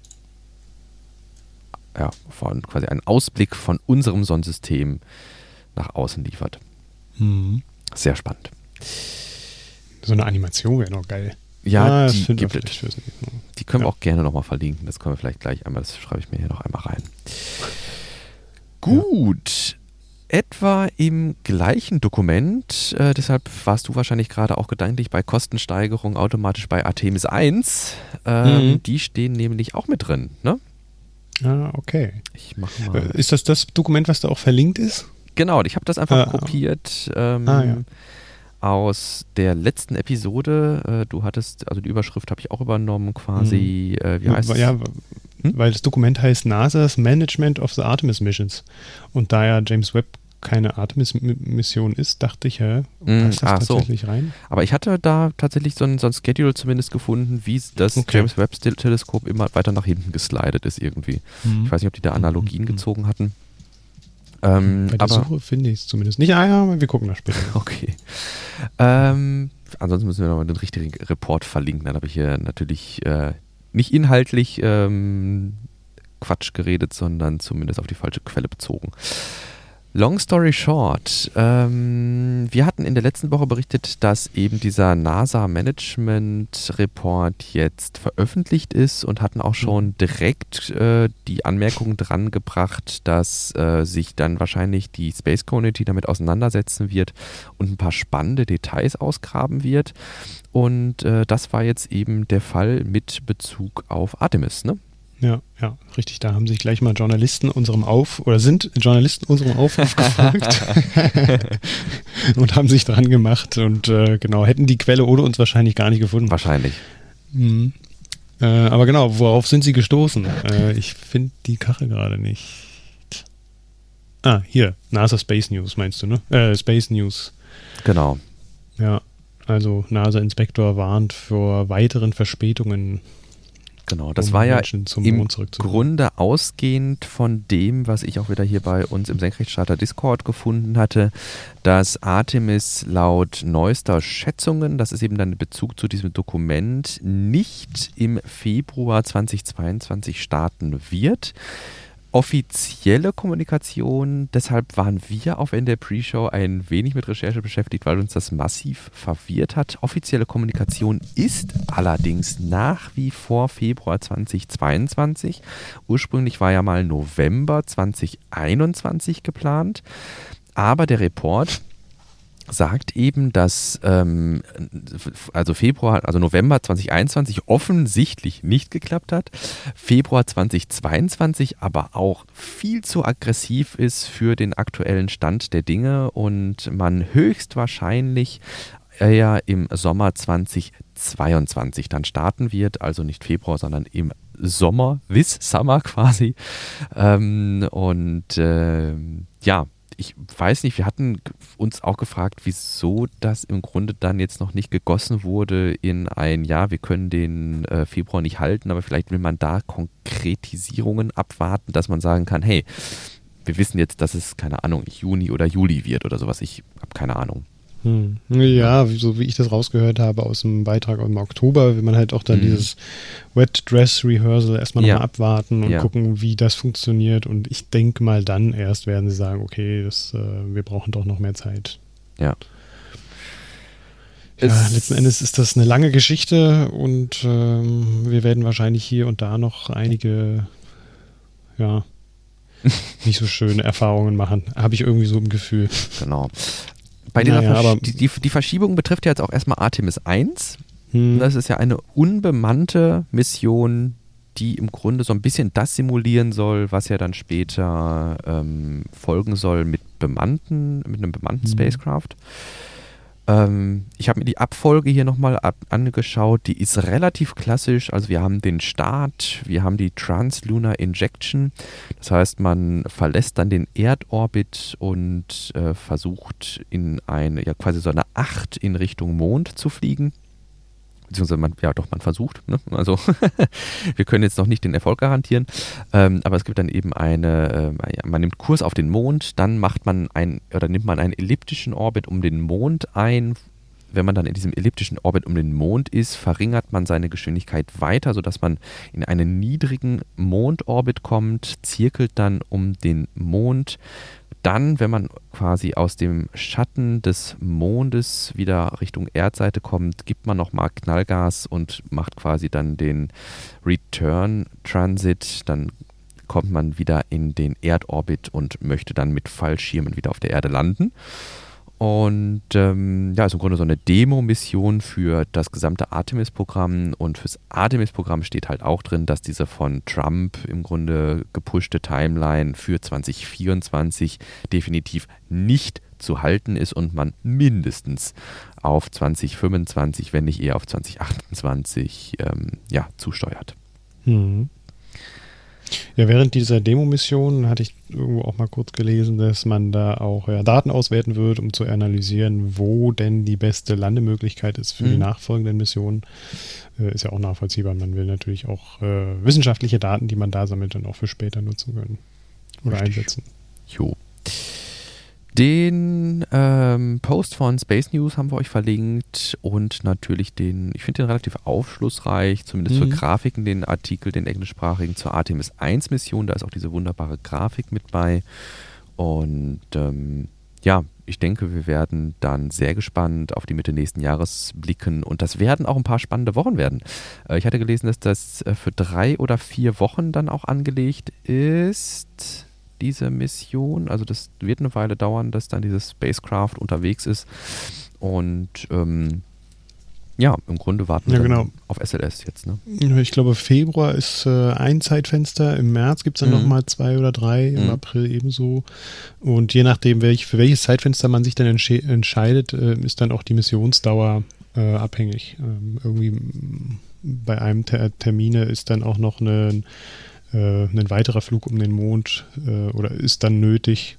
ja, von quasi einen Ausblick von unserem Sonnensystem nach außen liefert. Mhm. Sehr spannend. So eine Animation wäre noch geil. Ja, Ah, das die finden wir gibt es. vielleicht fürs nächste Mal. Die können wir Ja. auch gerne nochmal verlinken. Das können wir vielleicht gleich einmal, das schreibe ich mir hier noch einmal rein. Gut. Etwa im gleichen Dokument, äh, deshalb warst du wahrscheinlich gerade auch gedanklich bei Kostensteigerung automatisch bei Artemis eins. Ähm, Mhm. Die stehen nämlich auch mit drin, ne? Ah, okay. Ich mache mal. Ist das das Dokument, was da auch verlinkt ist? Genau, ich habe das einfach ah, kopiert ähm, ah, ja. aus der letzten Episode. Äh, du hattest, also die Überschrift habe ich auch übernommen quasi. Mhm. Äh, wie heißt es? Ja, hm? weil das Dokument heißt NASA's Management of the Artemis Missions. Und da ja James Webb keine Artemis-Mission ist, dachte ich, ja, passt das Ach tatsächlich so. rein? Aber ich hatte da tatsächlich so ein, so ein Schedule zumindest gefunden, wie das okay. James Webb-Teleskop immer weiter nach hinten geslidet ist irgendwie. Mhm. Ich weiß nicht, ob die da Analogien mhm. gezogen hatten. Ähm, Bei der aber, Suche finde ich es zumindest nicht. Ah ja, wir gucken da später. Okay. Ähm, ansonsten müssen wir nochmal den richtigen Report verlinken. Dann habe ich hier natürlich äh, nicht inhaltlich ähm, Quatsch geredet, sondern zumindest auf die falsche Quelle bezogen. Long story short, ähm, wir hatten in der letzten Woche berichtet, dass eben dieser NASA-Management-Report jetzt veröffentlicht ist und hatten auch schon direkt äh, die Anmerkung dran gebracht, dass äh, sich dann wahrscheinlich die Space Community damit auseinandersetzen wird und ein paar spannende Details ausgraben wird. Und äh, das war jetzt eben der Fall mit Bezug auf Artemis, ne? Ja, ja, richtig. Da haben sich gleich mal Journalisten unserem Auf oder sind Journalisten unserem Aufruf gefolgt und haben sich dran gemacht und äh, genau, hätten die Quelle ohne uns wahrscheinlich gar nicht gefunden. Wahrscheinlich. Mhm. Äh, aber genau, worauf sind sie gestoßen? Äh, ich finde die Karre gerade nicht. Ah, hier, NASA Space News meinst du, ne? Äh, Space News. Genau. Ja, also NASA-Inspektor warnt vor weiteren Verspätungen. Genau, das um war ja im Grunde ausgehend von dem, was ich auch wieder hier bei uns im Senkrechtstarter Discord gefunden hatte, dass Artemis laut neuester Schätzungen, das ist eben dann in Bezug zu diesem Dokument, nicht im Februar zweitausendzweiundzwanzig starten wird. Offizielle Kommunikation, deshalb waren wir auch in der Pre-Show ein wenig mit Recherche beschäftigt, weil uns das massiv verwirrt hat. Offizielle Kommunikation ist allerdings nach wie vor Februar zweitausendzweiundzwanzig. Ursprünglich war ja mal November zweitausendeinundzwanzig geplant, aber der Report sagt eben, dass ähm, also Februar, also November zweitausendeinundzwanzig offensichtlich nicht geklappt hat, Februar zweitausendzweiundzwanzig aber auch viel zu aggressiv ist für den aktuellen Stand der Dinge und man höchstwahrscheinlich eher im Sommer zweitausendzweiundzwanzig dann starten wird, also nicht Februar, sondern im Sommer, this Summer quasi. Ähm, und äh, ja, ich weiß nicht, wir hatten uns auch gefragt, wieso das im Grunde dann jetzt noch nicht gegossen wurde in ein, ja, wir können den äh, Februar nicht halten, aber vielleicht will man da Konkretisierungen abwarten, dass man sagen kann, hey, wir wissen jetzt, dass es, keine Ahnung, Juni oder Juli wird oder sowas, ich habe keine Ahnung. Hm. Ja, so wie ich das rausgehört habe aus dem Beitrag im Oktober, will man halt auch dann hm. dieses Wet Dress Rehearsal erstmal ja. nochmal abwarten und ja. gucken, wie das funktioniert. Und ich denke mal, dann erst werden sie sagen, okay, das, äh, wir brauchen doch noch mehr Zeit. Ja. Ja, es letzten Endes ist das eine lange Geschichte und ähm, wir werden wahrscheinlich hier und da noch einige, ja, nicht so schöne Erfahrungen machen. Habe ich irgendwie so im Gefühl. Genau. Bei dieser naja, Versch- die, die, die Verschiebung betrifft ja jetzt auch erstmal Artemis eins. Hm. Das ist ja eine unbemannte Mission, die im Grunde so ein bisschen das simulieren soll, was ja dann später ähm, folgen soll mit bemannten, mit einem bemannten hm. Spacecraft. Ähm, ich habe mir die Abfolge hier nochmal ab- angeschaut, die ist relativ klassisch, also wir haben den Start, wir haben die Translunar Injection, das heißt man verlässt dann den Erdorbit und äh, versucht in eine, ja quasi so eine Acht in Richtung Mond zu fliegen. Beziehungsweise man, ja doch, man versucht, ne? Also wir können jetzt noch nicht den Erfolg garantieren, ähm, aber es gibt dann eben eine, äh, ja, man nimmt Kurs auf den Mond, dann macht man ein, oder nimmt man einen elliptischen Orbit um den Mond ein. Wenn man dann in diesem elliptischen Orbit um den Mond ist, verringert man seine Geschwindigkeit weiter, sodass man in einen niedrigen Mondorbit kommt, zirkelt dann um den Mond. Dann, wenn man quasi aus dem Schatten des Mondes wieder Richtung Erdseite kommt, gibt man nochmal Knallgas und macht quasi dann den Return Transit. Dann kommt man wieder in den Erdorbit und möchte dann mit Fallschirmen wieder auf der Erde landen. Und ähm, ja, ist im Grunde so eine Demo-Mission für das gesamte Artemis-Programm. Und fürs Artemis-Programm steht halt auch drin, dass diese von Trump im Grunde gepushte Timeline für zwanzig vierundzwanzig definitiv nicht zu halten ist und man mindestens auf zwanzig fünfundzwanzig, wenn nicht eher auf zwanzig achtundzwanzig ähm, ja, zusteuert. Mhm. Ja, während dieser Demo-Mission hatte ich irgendwo auch mal kurz gelesen, dass man da auch ja, Daten auswerten wird, um zu analysieren, wo denn die beste Landemöglichkeit ist für mhm. die nachfolgenden Missionen. Äh, ist ja auch nachvollziehbar. Man will natürlich auch äh, wissenschaftliche Daten, die man da sammelt, dann auch für später nutzen können oder Richtig. einsetzen. Jo. Den ähm, Post von Space News haben wir euch verlinkt und natürlich den, ich finde den relativ aufschlussreich, zumindest mhm. für Grafiken, den Artikel, den englischsprachigen zur Artemis eins Mission, da ist auch diese wunderbare Grafik mit bei und ähm, ja, ich denke, wir werden dann sehr gespannt auf die Mitte nächsten Jahres blicken und das werden auch ein paar spannende Wochen werden. Äh, ich hatte gelesen, dass das äh, für drei oder vier Wochen dann auch angelegt ist, diese Mission, also das wird eine Weile dauern, dass dann dieses Spacecraft unterwegs ist und ähm, ja, im Grunde warten wir ja, genau. auf S L S jetzt. Ne? Ich glaube, Februar ist äh, ein Zeitfenster, im März gibt es dann mhm. nochmal zwei oder drei, im mhm. April ebenso und je nachdem, welch, für welches Zeitfenster man sich dann entsche- entscheidet, äh, ist dann auch die Missionsdauer äh, abhängig. Ähm, irgendwie bei einem Ter- Termine ist dann auch noch eine ein weiterer Flug um den Mond äh, oder ist dann nötig.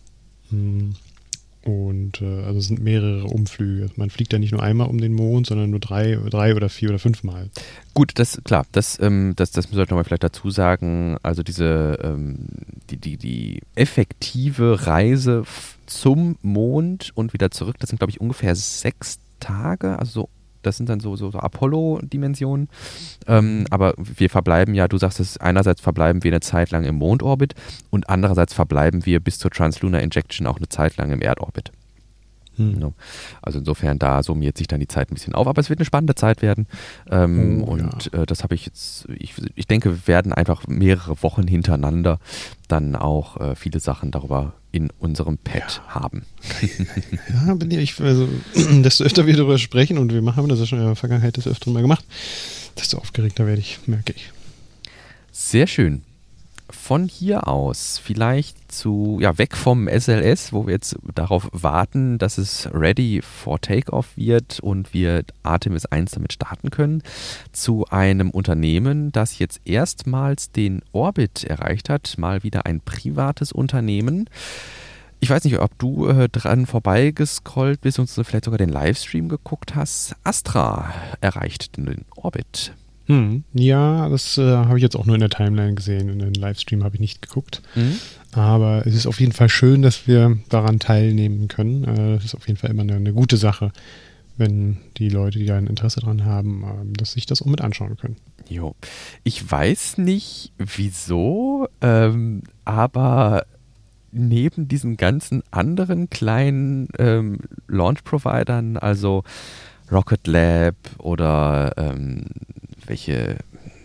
Und äh, also es sind mehrere Umflüge. Man fliegt ja nicht nur einmal um den Mond, sondern nur drei, drei oder vier oder fünf Mal. Gut, das klar, das, ähm, das, das sollte man vielleicht dazu sagen. Also diese ähm, die, die, die effektive Reise f- zum Mond und wieder zurück, das sind, glaube ich, ungefähr sechs Tage, also so. Das sind dann so, so, so Apollo-Dimensionen. Ähm, aber wir verbleiben ja, du sagst es, einerseits verbleiben wir eine Zeit lang im Mondorbit und andererseits verbleiben wir bis zur Translunar Injection auch eine Zeit lang im Erdorbit. Hm. No. Also insofern, da summiert sich dann die Zeit ein bisschen auf. Aber es wird eine spannende Zeit werden. Ähm, oh, und ja. äh, das habe ich jetzt, ich, ich denke, wir werden einfach mehrere Wochen hintereinander dann auch äh, viele Sachen darüber in unserem Pad ja. haben. Ja, bin ich, also desto öfter wir darüber sprechen und wir haben das ja schon in der Vergangenheit des Öfteren mal gemacht, desto aufgeregter werde ich, merke ich. Sehr schön. Von hier aus vielleicht zu, ja, weg vom S L S, wo wir jetzt darauf warten, dass es ready for Takeoff wird und wir Artemis eins damit starten können, zu einem Unternehmen, das jetzt erstmals den Orbit erreicht hat, mal wieder ein privates Unternehmen. Ich weiß nicht, ob du äh, dran vorbeigescrollt bist und vielleicht sogar den Livestream geguckt hast. Astra erreicht den Orbit. Hm, ja, das äh, habe ich jetzt auch nur in der Timeline gesehen. In den Livestream habe ich nicht geguckt. Mhm. Aber es ist auf jeden Fall schön, dass wir daran teilnehmen können. Äh, das ist auf jeden Fall immer eine, eine gute Sache, wenn die Leute, die da ein Interesse dran haben, äh, dass sich das auch mit anschauen können. Jo. Ich weiß nicht, wieso, ähm, aber neben diesen ganzen anderen kleinen ähm, Launch-Providern, also Rocket Lab oder ähm, welche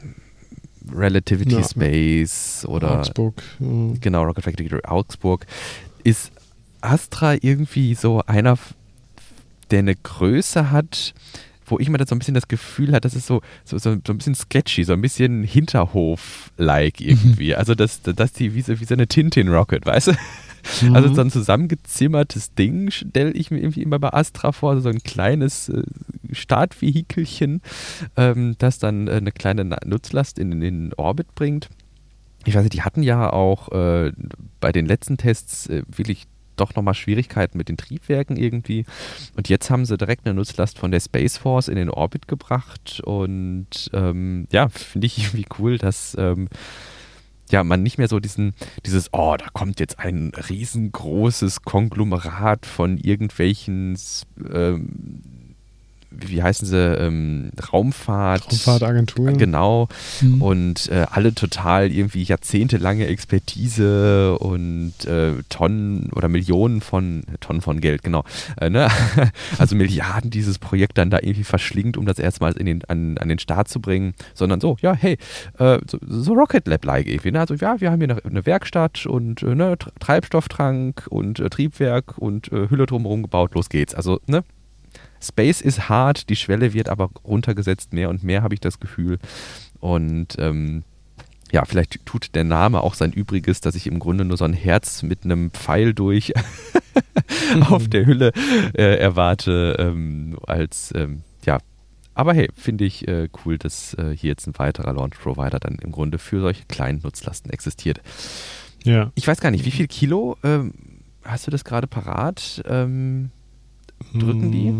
Relativity ja, Space oder Augsburg. Ja. Genau, Rocket Factory Augsburg, ist Astra irgendwie so einer, der eine Größe hat, wo ich mir dann so ein bisschen das Gefühl hatte, das ist so, so, so, so ein bisschen sketchy, so ein bisschen Hinterhof-like irgendwie. Also das, das die wie so, wie so eine Tintin-Rocket, weißt du? Mhm. Also so ein zusammengezimmertes Ding stelle ich mir irgendwie immer bei Astra vor, also so ein kleines äh, Startvehikelchen, ähm, das dann äh, eine kleine Nutzlast in, in den Orbit bringt. Ich weiß nicht, die hatten ja auch äh, bei den letzten Tests äh, wirklich doch nochmal Schwierigkeiten mit den Triebwerken irgendwie. Und jetzt haben sie direkt eine Nutzlast von der Space Force in den Orbit gebracht. Und ähm, ja, finde ich irgendwie cool, dass ähm, ja, man nicht mehr so diesen, dieses, oh, da kommt jetzt ein riesengroßes Konglomerat von irgendwelchen ähm, wie heißen sie, ähm, Raumfahrt. Raumfahrtagentur. Genau. Mhm. Und äh, alle total irgendwie jahrzehntelange Expertise und äh, Tonnen oder Millionen von, Tonnen von Geld, genau. Äh, ne? Also Milliarden dieses Projekt dann da irgendwie verschlingt, um das erstmals in den, an, an den Start zu bringen, sondern so, ja, hey, äh, so, so Rocket Lab-like irgendwie. Ne? Also ja, wir haben hier eine, eine Werkstatt und äh, ne, Treibstofftrank und äh, Triebwerk und äh, Hülle drumherum gebaut, los geht's. Also, ne? Space ist hart, die Schwelle wird aber runtergesetzt, mehr und mehr habe ich das Gefühl. Und ähm, ja, vielleicht tut der Name auch sein Übriges, dass ich im Grunde nur so ein Herz mit einem Pfeil durch auf der Hülle äh, erwarte, ähm, als, ähm, ja, aber hey, finde ich äh, cool, dass äh, hier jetzt ein weiterer Launch-Provider dann im Grunde für solche kleinen Nutzlasten existiert. Ja. Ich weiß gar nicht, wie viel Kilo, ähm, hast du das gerade parat, ähm, drücken die?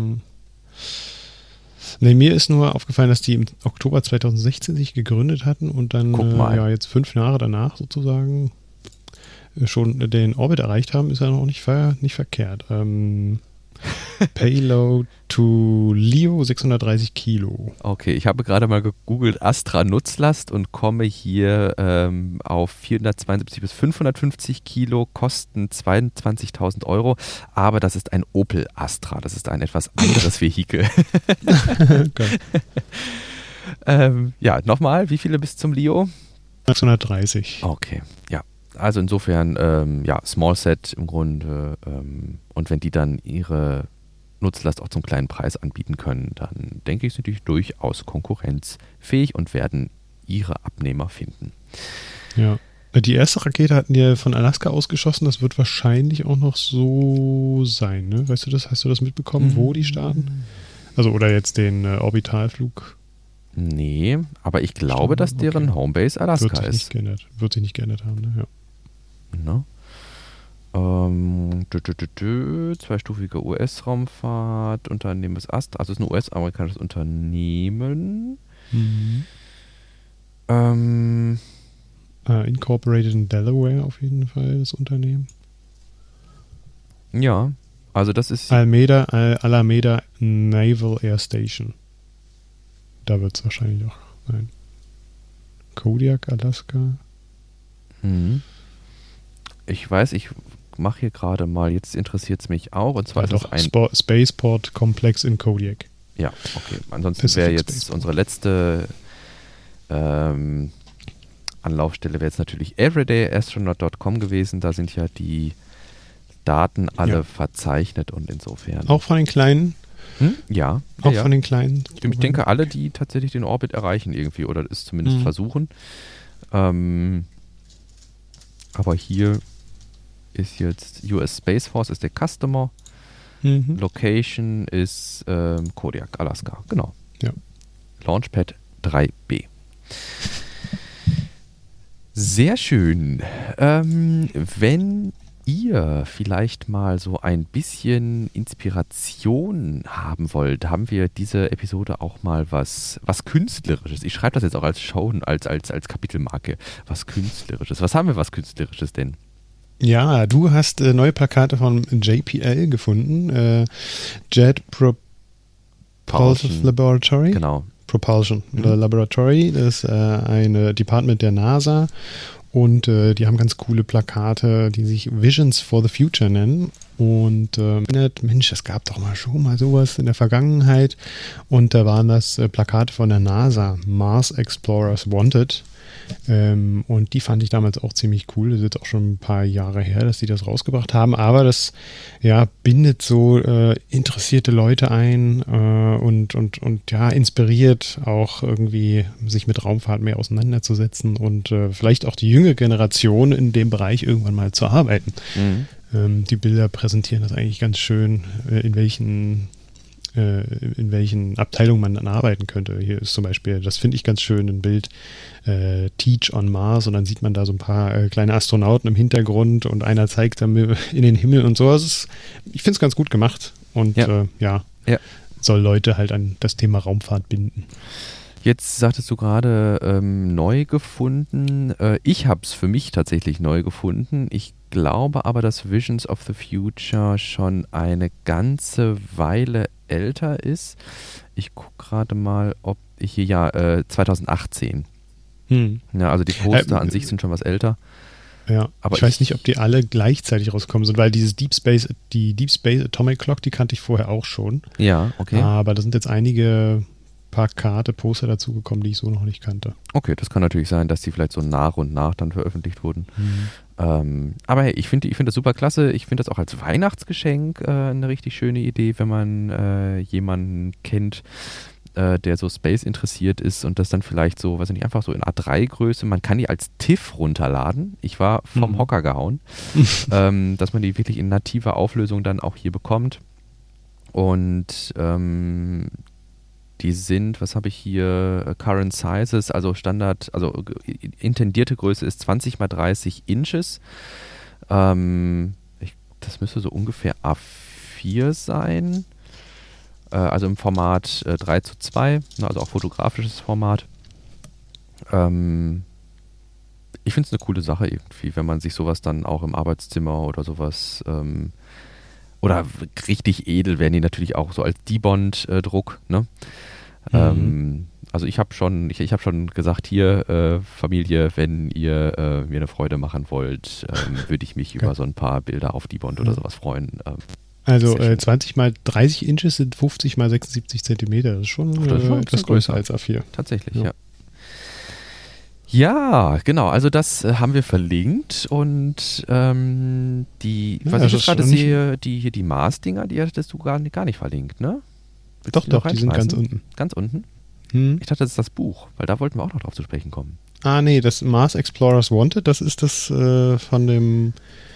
Nee, mir ist nur aufgefallen, dass die im Oktober zweitausendsechzehn sich gegründet hatten und dann Guck mal. Äh, ja jetzt fünf Jahre danach sozusagen äh, schon den Orbit erreicht haben, ist ja noch nicht, ver nicht verkehrt. Ähm, Payload to LEO sechshundertdreißig Kilo. Okay, ich habe gerade mal gegoogelt Astra Nutzlast und komme hier ähm, auf vierhundertzweiundsiebzig bis fünfhundertfünfzig Kilo, kosten zweiundzwanzigtausend Euro, aber das ist ein Opel Astra, das ist ein etwas anderes Vehikel. Okay. ähm, ja, nochmal, wie viele bis zum LEO? sechshundertdreißig. Okay, ja. Also insofern, ähm, ja, Small Set im Grunde. Ähm, und wenn die dann ihre Nutzlast auch zum kleinen Preis anbieten können, dann denke ich, sind die durchaus konkurrenzfähig und werden ihre Abnehmer finden. Ja. Die erste Rakete hatten die von Alaska ausgeschossen, das wird wahrscheinlich auch noch so sein, ne? Weißt du das? Hast du das mitbekommen, mhm. wo die starten? Also oder jetzt den äh, Orbitalflug? Nee, aber ich glaube, dass deren okay. Homebase Alaska wird sich ist. Nicht geändert. Wird sich nicht geändert haben, ne? Ja. No. Ähm, dü, dü, dü, dü, zweistufige U S-Raumfahrt, Unternehmen ist Astra, also es ist ein U S-amerikanisches Unternehmen. Mhm. Ähm, uh, incorporated in Delaware auf jeden Fall, das Unternehmen. Ja, also das ist... Alameda, Al Alameda Naval Air Station. Da wird es wahrscheinlich auch sein. Kodiak, Alaska. Mhm. Ich weiß, ich mache hier gerade mal, jetzt interessiert es mich auch, und zwar ja, ist doch, es ein... Sp Spaceport Komplex in Kodiak. Ja, okay. Ansonsten wäre jetzt Spaceport. Unsere letzte ähm, Anlaufstelle wäre jetzt natürlich everyday astronaut dot com gewesen. Da sind ja die Daten alle ja. verzeichnet und insofern... Auch von den kleinen? Hm? Ja. Auch ja, von den kleinen? Ich denke, alle, die tatsächlich den Orbit erreichen irgendwie oder es zumindest mhm. versuchen. Ähm, aber hier ist jetzt U S Space Force ist der Customer. Mhm. Location ist ähm, Kodiak, Alaska. Genau. Ja. Launchpad drei B. Sehr schön. Ähm, wenn ihr vielleicht mal so ein bisschen Inspiration haben wollt, haben wir diese Episode auch mal was, was Künstlerisches. Ich schreibe das jetzt auch als Show, als, als, als Kapitelmarke. Was Künstlerisches. Was haben wir was Künstlerisches denn? Ja, du hast äh, neue Plakate von J P L gefunden. Äh, Jet Propulsion Laboratory. Genau. Propulsion mhm. Laboratory. Das ist äh, ein Department der NASA. Und äh, die haben ganz coole Plakate, die sich Visions for the Future nennen. Und äh, Mensch, es gab doch mal schon mal sowas in der Vergangenheit. Und da waren das äh, Plakate von der NASA, Mars Explorers Wanted. Ähm, und die fand ich damals auch ziemlich cool. Das ist jetzt auch schon ein paar Jahre her, dass die das rausgebracht haben. Aber das ja, bindet so äh, interessierte Leute ein äh, und, und, und ja, inspiriert auch irgendwie, sich mit Raumfahrt mehr auseinanderzusetzen und äh, vielleicht auch die jüngere Generation in dem Bereich irgendwann mal zu arbeiten. Mhm. Ähm, die Bilder präsentieren das eigentlich ganz schön, äh, in welchen in welchen Abteilungen man dann arbeiten könnte. Hier ist zum Beispiel, das finde ich ganz schön, ein Bild, äh, Teach on Mars, und dann sieht man da so ein paar äh, kleine Astronauten im Hintergrund und einer zeigt dann in den Himmel und so. Also ist, ich finde es ganz gut gemacht und ja. Äh, ja, ja, soll Leute halt an das Thema Raumfahrt binden. Jetzt sagtest du gerade ähm, neu gefunden. Äh, ich habe es für mich tatsächlich neu gefunden. Ich glaube aber, dass Visions of the Future schon eine ganze Weile älter ist. Ich gucke gerade mal, ob ich hier, ja, äh, zwanzig achtzehn. Hm. Ja, also die Poster äh, an sich sind schon was älter. Ja, aber ich weiß ich, nicht, ob die alle gleichzeitig rausgekommen sind, weil dieses Deep Space, die Deep Space Atomic Clock, die kannte ich vorher auch schon. Ja, okay. Aber da sind jetzt einige Plakate, Poster dazugekommen, die ich so noch nicht kannte. Okay, das kann natürlich sein, dass die vielleicht so nach und nach dann veröffentlicht wurden. Mhm. Ähm, aber hey, ich finde ich find das super klasse. Ich finde das auch als Weihnachtsgeschenk äh, eine richtig schöne Idee, wenn man äh, jemanden kennt, äh, der so Space interessiert ist und das dann vielleicht so, weiß ich nicht, einfach so in A drei Größe, man kann die als TIFF runterladen. Ich war vom mhm. Hocker gehauen, ähm, dass man die wirklich in nativer Auflösung dann auch hier bekommt. Und ähm, die sind, was habe ich hier, Current Sizes, also Standard, also intendierte Größe ist zwanzig mal dreißig Inches. Ähm, ich, das müsste so ungefähr A vier sein. Äh, also im Format äh, drei zu zwei, also auch fotografisches Format. Ähm, ich finde es eine coole Sache irgendwie, wenn man sich sowas dann auch im Arbeitszimmer oder sowas ähm, oder richtig edel werden die natürlich auch so als Debond-Druck, ne? Mhm. Ähm, also ich habe schon, ich, ich habe schon gesagt, hier äh, Familie, wenn ihr äh, mir eine Freude machen wollt, ähm, würde ich mich okay. über so ein paar Bilder auf Debond oder sowas freuen. Ähm, also äh, zwanzig mal dreißig Inches sind fünfzig mal sechsundsiebzig Zentimeter. Das ist schon, Ach, das ist schon äh, etwas größer als A vier. Tatsächlich, ja. ja. Ja, genau, also das äh, haben wir verlinkt und ähm, die, ja, was ich jetzt gerade sehe, die hier die Mars-Dinger, die hattest du gar nicht, gar nicht verlinkt, ne? Willst doch, doch, die sind ganz unten. Ganz unten? Hm. Ich dachte, das ist das Buch, weil da wollten wir auch noch drauf zu sprechen kommen. Ah, nee, das Mars Explorers Wanted, das ist das äh, von dem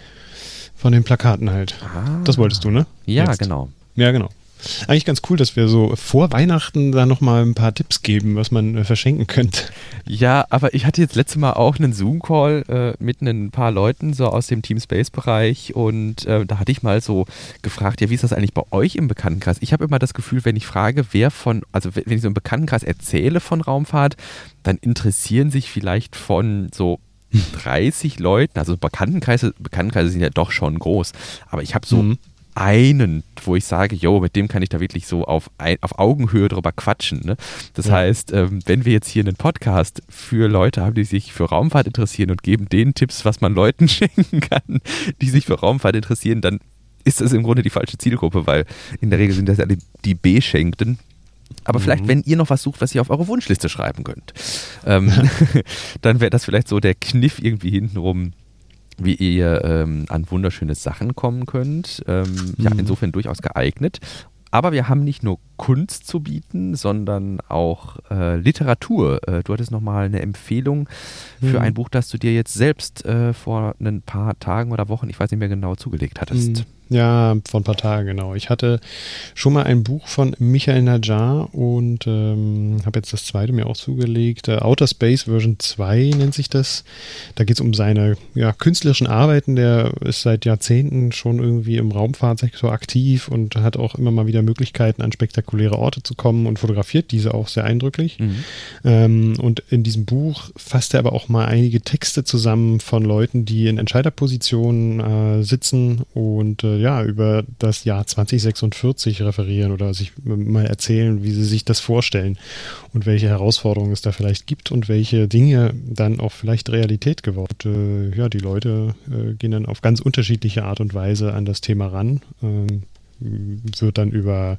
von den Plakaten halt. Ah. Das wolltest du, ne? Ja, Jetzt. genau. Ja, genau. Eigentlich ganz cool, dass wir so vor Weihnachten da nochmal ein paar Tipps geben, was man äh, verschenken könnte. Ja, aber ich hatte jetzt letztes Mal auch einen Zoom-Call äh, mit ein paar Leuten so aus dem Team Space-Bereich und äh, da hatte ich mal so gefragt, ja, wie ist das eigentlich bei euch im Bekanntenkreis? Ich habe immer das Gefühl, wenn ich frage, wer von, also wenn ich so im Bekanntenkreis erzähle von Raumfahrt, dann interessieren sich vielleicht von so dreißig Leuten, also Bekanntenkreise, Bekanntenkreise sind ja doch schon groß, aber ich habe so mhm. einen, wo ich sage, jo, mit dem kann ich da wirklich so auf, ein, auf Augenhöhe drüber quatschen. Ne? Das ja. heißt, ähm, wenn wir jetzt hier einen Podcast für Leute haben, die sich für Raumfahrt interessieren und geben denen Tipps, was man Leuten schenken kann, die sich für Raumfahrt interessieren, dann ist das im Grunde die falsche Zielgruppe, weil in der Regel sind das ja die, die Beschenkten. Aber mhm. vielleicht, wenn ihr noch was sucht, was ihr auf eure Wunschliste schreiben könnt, ähm, dann wäre das vielleicht so der Kniff irgendwie hintenrum, wie ihr ähm, an wunderschöne Sachen kommen könnt. Ähm, mhm. Ja, insofern durchaus geeignet. Aber wir haben nicht nur Kunst zu bieten, sondern auch äh, Literatur. Äh, du hattest nochmal eine Empfehlung für mhm. ein Buch, das du dir jetzt selbst äh, vor ein paar Tagen oder Wochen, ich weiß nicht mehr genau, zugelegt hattest. Mhm. Ja, vor ein paar Tagen, genau. Ich hatte schon mal ein Buch von Michael Najjar und ähm, habe jetzt das zweite mir auch zugelegt. Äh, Outer Space Version zwei nennt sich das. Da geht es um seine ja, künstlerischen Arbeiten. Der ist seit Jahrzehnten schon irgendwie im Raumfahrtsektor aktiv und hat auch immer mal wieder Möglichkeiten, an spektakuläre Orte zu kommen und fotografiert diese auch sehr eindrücklich. Mhm. Ähm, und in diesem Buch fasst er aber auch mal einige Texte zusammen von Leuten, die in Entscheiderpositionen äh, sitzen und äh, ja, über das Jahr zwanzig sechsundvierzig referieren oder sich mal erzählen, wie sie sich das vorstellen und welche Herausforderungen es da vielleicht gibt und welche Dinge dann auch vielleicht Realität geworden sind. Äh, ja, die Leute äh, gehen dann auf ganz unterschiedliche Art und Weise an das Thema ran. Ähm, wird dann über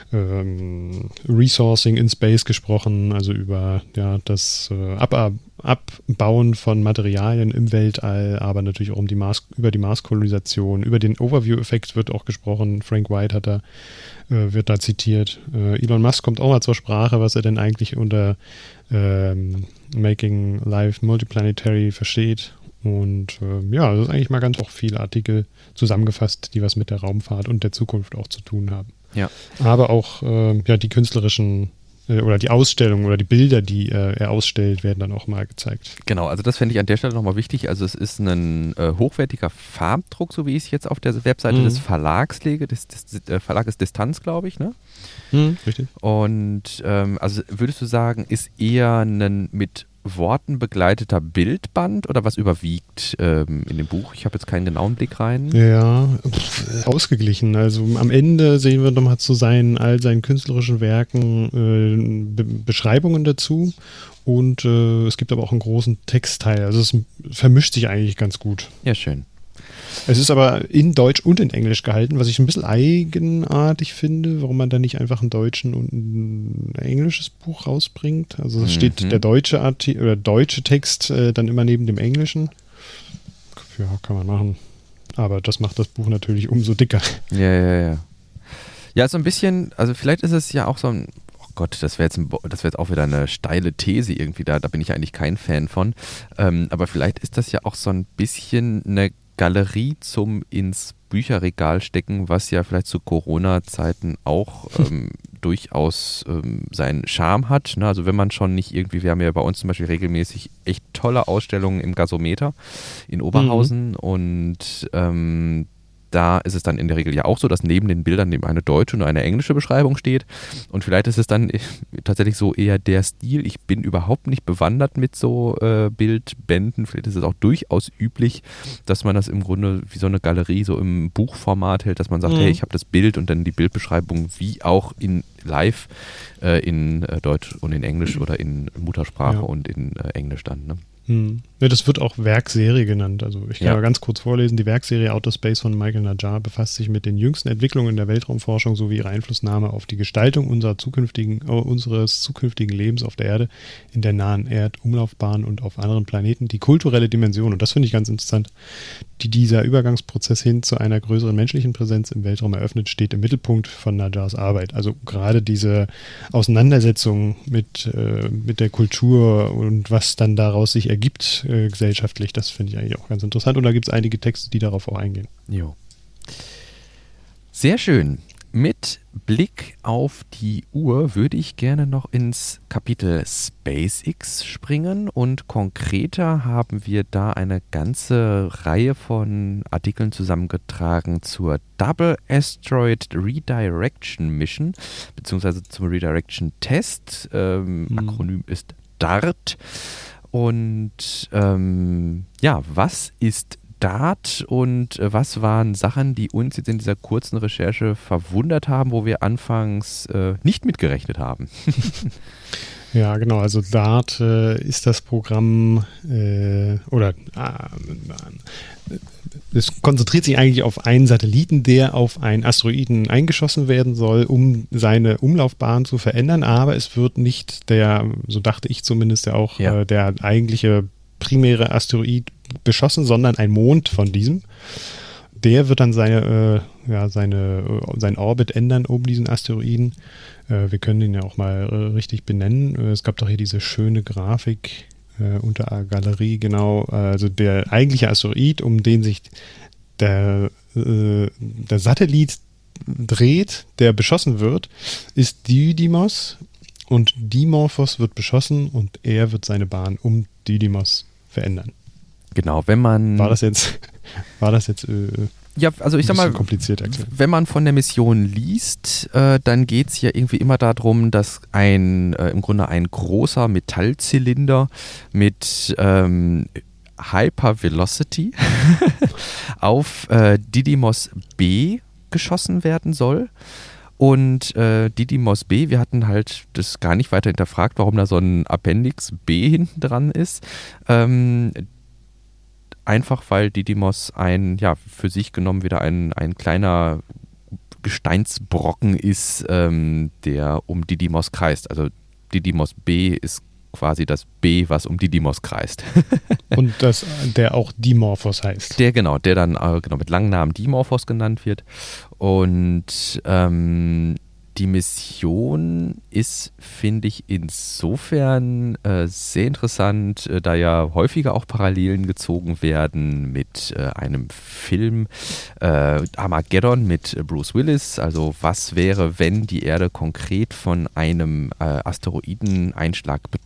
ähm, Resourcing in Space gesprochen, also über ja, das äh, Ab- Abbauen von Materialien im Weltall, aber natürlich auch um die Mars, über die Marskolonisation, über den Overview-Effekt wird auch gesprochen. Frank White hat da, äh, wird da zitiert. Äh, Elon Musk kommt auch mal zur Sprache, was er denn eigentlich unter ähm, Making Life Multiplanetary versteht. Und äh, ja, das ist eigentlich mal ganz auch viele Artikel zusammengefasst, die was mit der Raumfahrt und der Zukunft auch zu tun haben. Ja. Aber auch äh, ja, die künstlerischen äh, oder die Ausstellungen oder die Bilder, die äh, er ausstellt, werden dann auch mal gezeigt. Genau, also das fände ich an der Stelle nochmal wichtig. Also es ist ein äh, hochwertiger Farbdruck, so wie ich es jetzt auf der Webseite mhm. des Verlags lege. Das, das, das äh, Verlag ist Distanz, glaube ich, ne? Mhm, richtig. Und ähm, also würdest du sagen, ist eher ein mit Worten begleiteter Bildband oder was überwiegt ähm, in dem Buch? Ich habe jetzt keinen genauen Blick rein. Ja, pff, ausgeglichen. Also am Ende sehen wir nochmal zu seinen, all seinen künstlerischen Werken äh, Be- Beschreibungen dazu und äh, es gibt aber auch einen großen Textteil. Also es vermischt sich eigentlich ganz gut. Ja, schön. Es ist aber in Deutsch und in Englisch gehalten, was ich ein bisschen eigenartig finde, warum man da nicht einfach einen deutschen und ein englisches Buch rausbringt. Also es steht Mhm. der deutsche Arti- oder deutsche Text äh, dann immer neben dem englischen. Ja, kann man machen. Aber das macht das Buch natürlich umso dicker. Ja, ja, ja. Ja, so ein bisschen, also vielleicht ist es ja auch so ein, oh Gott, das wäre jetzt, ein, Bo- das wäre jetzt auch wieder eine steile These irgendwie, da, da bin ich eigentlich kein Fan von. Ähm, aber vielleicht ist das ja auch so ein bisschen eine Galerie zum ins Bücherregal stecken, was ja vielleicht zu Corona-Zeiten auch ähm, durchaus ähm, seinen Charme hat. Ne? Also wenn man schon nicht irgendwie, wir haben ja bei uns zum Beispiel regelmäßig echt tolle Ausstellungen im Gasometer in Oberhausen mhm. und ähm, da ist es dann in der Regel ja auch so, dass neben den Bildern eben eine deutsche und eine englische Beschreibung steht. Und vielleicht ist es dann tatsächlich so eher der Stil. Ich bin überhaupt nicht bewandert mit so äh, Bildbänden. Vielleicht ist es auch durchaus üblich, dass man das im Grunde wie so eine Galerie so im Buchformat hält, dass man sagt, mhm. hey, ich habe das Bild und dann die Bildbeschreibung wie auch in live äh, in äh, Deutsch und in Englisch oder in Muttersprache ja. und in äh, Englisch dann, ne? Hm. Ja, das wird auch Werkserie genannt. Also ich kann Ja. mal ganz kurz vorlesen. Die Werkserie Outer Space von Michael Najjar befasst sich mit den jüngsten Entwicklungen der Weltraumforschung sowie ihrer Einflussnahme auf die Gestaltung unserer zukünftigen, äh, unseres zukünftigen Lebens auf der Erde, in der nahen Erdumlaufbahn und auf anderen Planeten. Die kulturelle Dimension, und das finde ich ganz interessant, die dieser Übergangsprozess hin zu einer größeren menschlichen Präsenz im Weltraum eröffnet, steht im Mittelpunkt von Najjars Arbeit. Also gerade diese Auseinandersetzung mit, äh, mit der Kultur und was dann daraus sich ergibt äh, gesellschaftlich, das finde ich eigentlich auch ganz interessant. Und da gibt es einige Texte, die darauf auch eingehen. Jo. Sehr schön. Mit Blick auf die Uhr würde ich gerne noch ins Kapitel SpaceX springen und konkreter haben wir da eine ganze Reihe von Artikeln zusammengetragen zur Double Asteroid Redirection Mission beziehungsweise zum Redirection Test. Ähm, hm. Akronym ist DART. Und ähm, ja, was ist DART und äh, was waren Sachen, die uns jetzt in dieser kurzen Recherche verwundert haben, wo wir anfangs äh, nicht mitgerechnet haben? Ja, genau. Also DART äh, ist das Programm äh, oder äh, es konzentriert sich eigentlich auf einen Satelliten, der auf einen Asteroiden eingeschossen werden soll, um seine Umlaufbahn zu verändern. Aber es wird nicht der, so dachte ich zumindest, ja auch ja. äh, der eigentliche primäre Asteroid beschossen, sondern ein Mond von diesem. Der wird dann seine, äh, ja, seine, äh, seinen Orbit ändern um diesen Asteroiden. Äh, wir können ihn ja auch mal äh, richtig benennen. Äh, es gab doch hier diese schöne Grafik äh, unter der Galerie, genau. Äh, also der eigentliche Asteroid, um den sich der, äh, der Satellit dreht, der beschossen wird, ist Didymos. Und Dimorphos wird beschossen und er wird seine Bahn um Didymos verändern. Genau, wenn man... War das jetzt, war das jetzt äh, ja, also ich sag mal, kompliziert erklärt. Wenn man von der Mission liest, äh, dann geht es ja irgendwie immer darum, dass ein, äh, im Grunde ein großer Metallzylinder mit ähm, Hypervelocity auf äh, Didymos B geschossen werden soll. Und äh, Didymos B, wir hatten halt das gar nicht weiter hinterfragt, warum da so ein Appendix B hinten dran ist. Ähm, einfach weil Didymos ein, ja, für sich genommen wieder ein, ein kleiner Gesteinsbrocken ist, ähm, der um Didymos kreist. Also Didymos B ist quasi das B, was um Didymos kreist. Und das, der auch Dimorphos heißt. Der, genau, der dann äh, genau mit langen Namen Dimorphos genannt wird. Und ähm, die Mission ist, finde ich, insofern äh, sehr interessant, äh, da ja häufiger auch Parallelen gezogen werden mit äh, einem Film äh, Armageddon mit Bruce Willis. Also was wäre, wenn die Erde konkret von einem äh, Asteroideneinschlag betroffen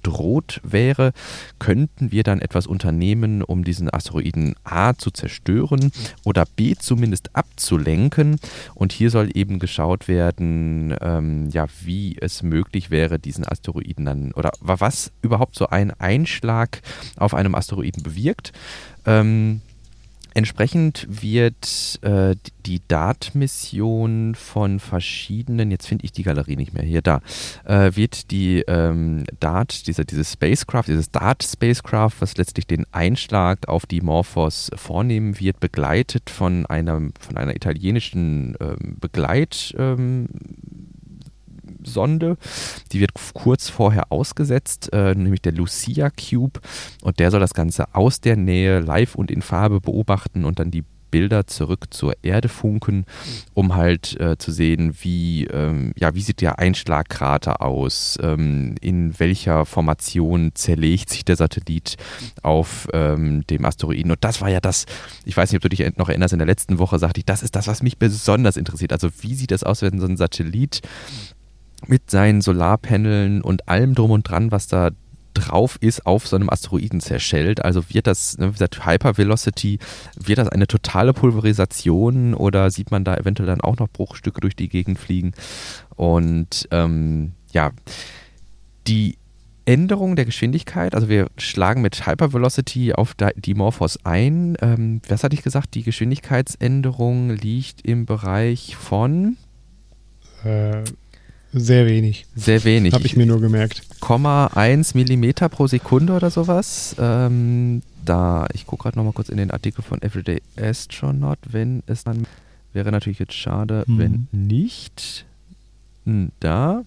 bedroht wäre, könnten wir dann etwas unternehmen, um diesen Asteroiden A zu zerstören oder B zumindest abzulenken. Und hier soll eben geschaut werden, ähm, ja, wie es möglich wäre, diesen Asteroiden dann, oder was überhaupt so ein Einschlag auf einem Asteroiden bewirkt. Ähm, Entsprechend wird äh, die D A R T-Mission von verschiedenen, jetzt finde ich die Galerie nicht mehr, hier, da, äh, wird die ähm, D A R T, diese, dieses Spacecraft, dieses D A R T-Spacecraft, was letztlich den Einschlag auf Dimorphos vornehmen wird, begleitet von einer, von einer italienischen ähm, Begleit- ähm, Sonde, die wird kurz vorher ausgesetzt, äh, nämlich der Lucia Cube, und der soll das Ganze aus der Nähe live und in Farbe beobachten und dann die Bilder zurück zur Erde funken, um halt äh, zu sehen, wie, ähm, ja, wie sieht der Einschlagkrater aus, ähm, in welcher Formation zerlegt sich der Satellit auf ähm, dem Asteroiden. Und das war ja das, ich weiß nicht, ob du dich noch erinnerst, in der letzten Woche sagte ich, das ist das, was mich besonders interessiert. Also wie sieht das aus, wenn so ein Satellit mit seinen Solarpaneln und allem drum und dran, was da drauf ist, auf so einem Asteroiden zerschellt. Also wird das, wie gesagt, Hypervelocity, wird das eine totale Pulverisation oder sieht man da eventuell dann auch noch Bruchstücke durch die Gegend fliegen? Und ähm, ja, die Änderung der Geschwindigkeit, also wir schlagen mit Hypervelocity auf Dimorphos ein. Ähm, was hatte ich gesagt? Die Geschwindigkeitsänderung liegt im Bereich von äh Sehr wenig. Sehr wenig. Habe ich mir nur gemerkt. Komma eins Millimeter pro Sekunde oder sowas. Ähm, da, ich gucke gerade nochmal kurz in den Artikel von Everyday Astronaut. Wenn es dann, wäre natürlich jetzt schade, mhm. wenn nicht. Hm, da.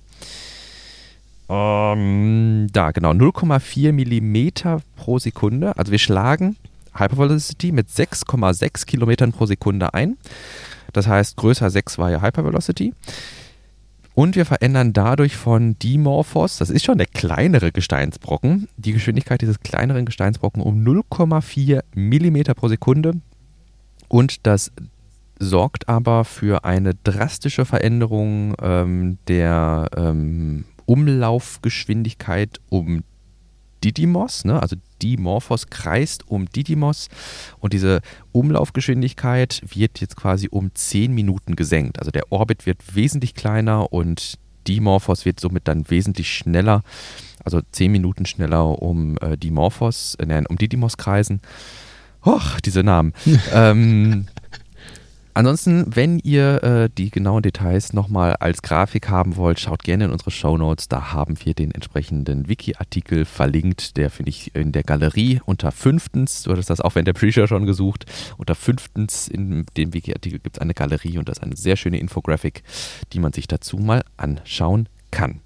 Ähm, da, genau. null Komma vier Millimeter pro Sekunde. Also wir schlagen Hypervelocity mit sechs Komma sechs Kilometern pro Sekunde ein. Das heißt, größer sechs war ja Hypervelocity. Und wir verändern dadurch von Dimorphos, das ist schon der kleinere Gesteinsbrocken, die Geschwindigkeit dieses kleineren Gesteinsbrocken um null Komma vier Millimeter pro Sekunde. Und das sorgt aber für eine drastische Veränderung ähm, der ähm, Umlaufgeschwindigkeit um Didymos, ne? Also Dimorphos kreist um Didymos und diese Umlaufgeschwindigkeit wird jetzt quasi um zehn Minuten gesenkt. Also der Orbit wird wesentlich kleiner und Dimorphos wird somit dann wesentlich schneller, also zehn Minuten schneller um äh, Dimorphos, äh, nein, um Didymos kreisen. Och, diese Namen. ähm, Ansonsten, wenn ihr äh, die genauen Details nochmal als Grafik haben wollt, schaut gerne in unsere Shownotes. Da haben wir den entsprechenden Wiki-Artikel verlinkt. Der finde ich in der Galerie unter fünftens. Du hattest das auch während der Pre-Show schon gesucht. Unter fünftens in dem Wiki-Artikel gibt es eine Galerie und das ist eine sehr schöne Infografik, die man sich dazu mal anschauen kann.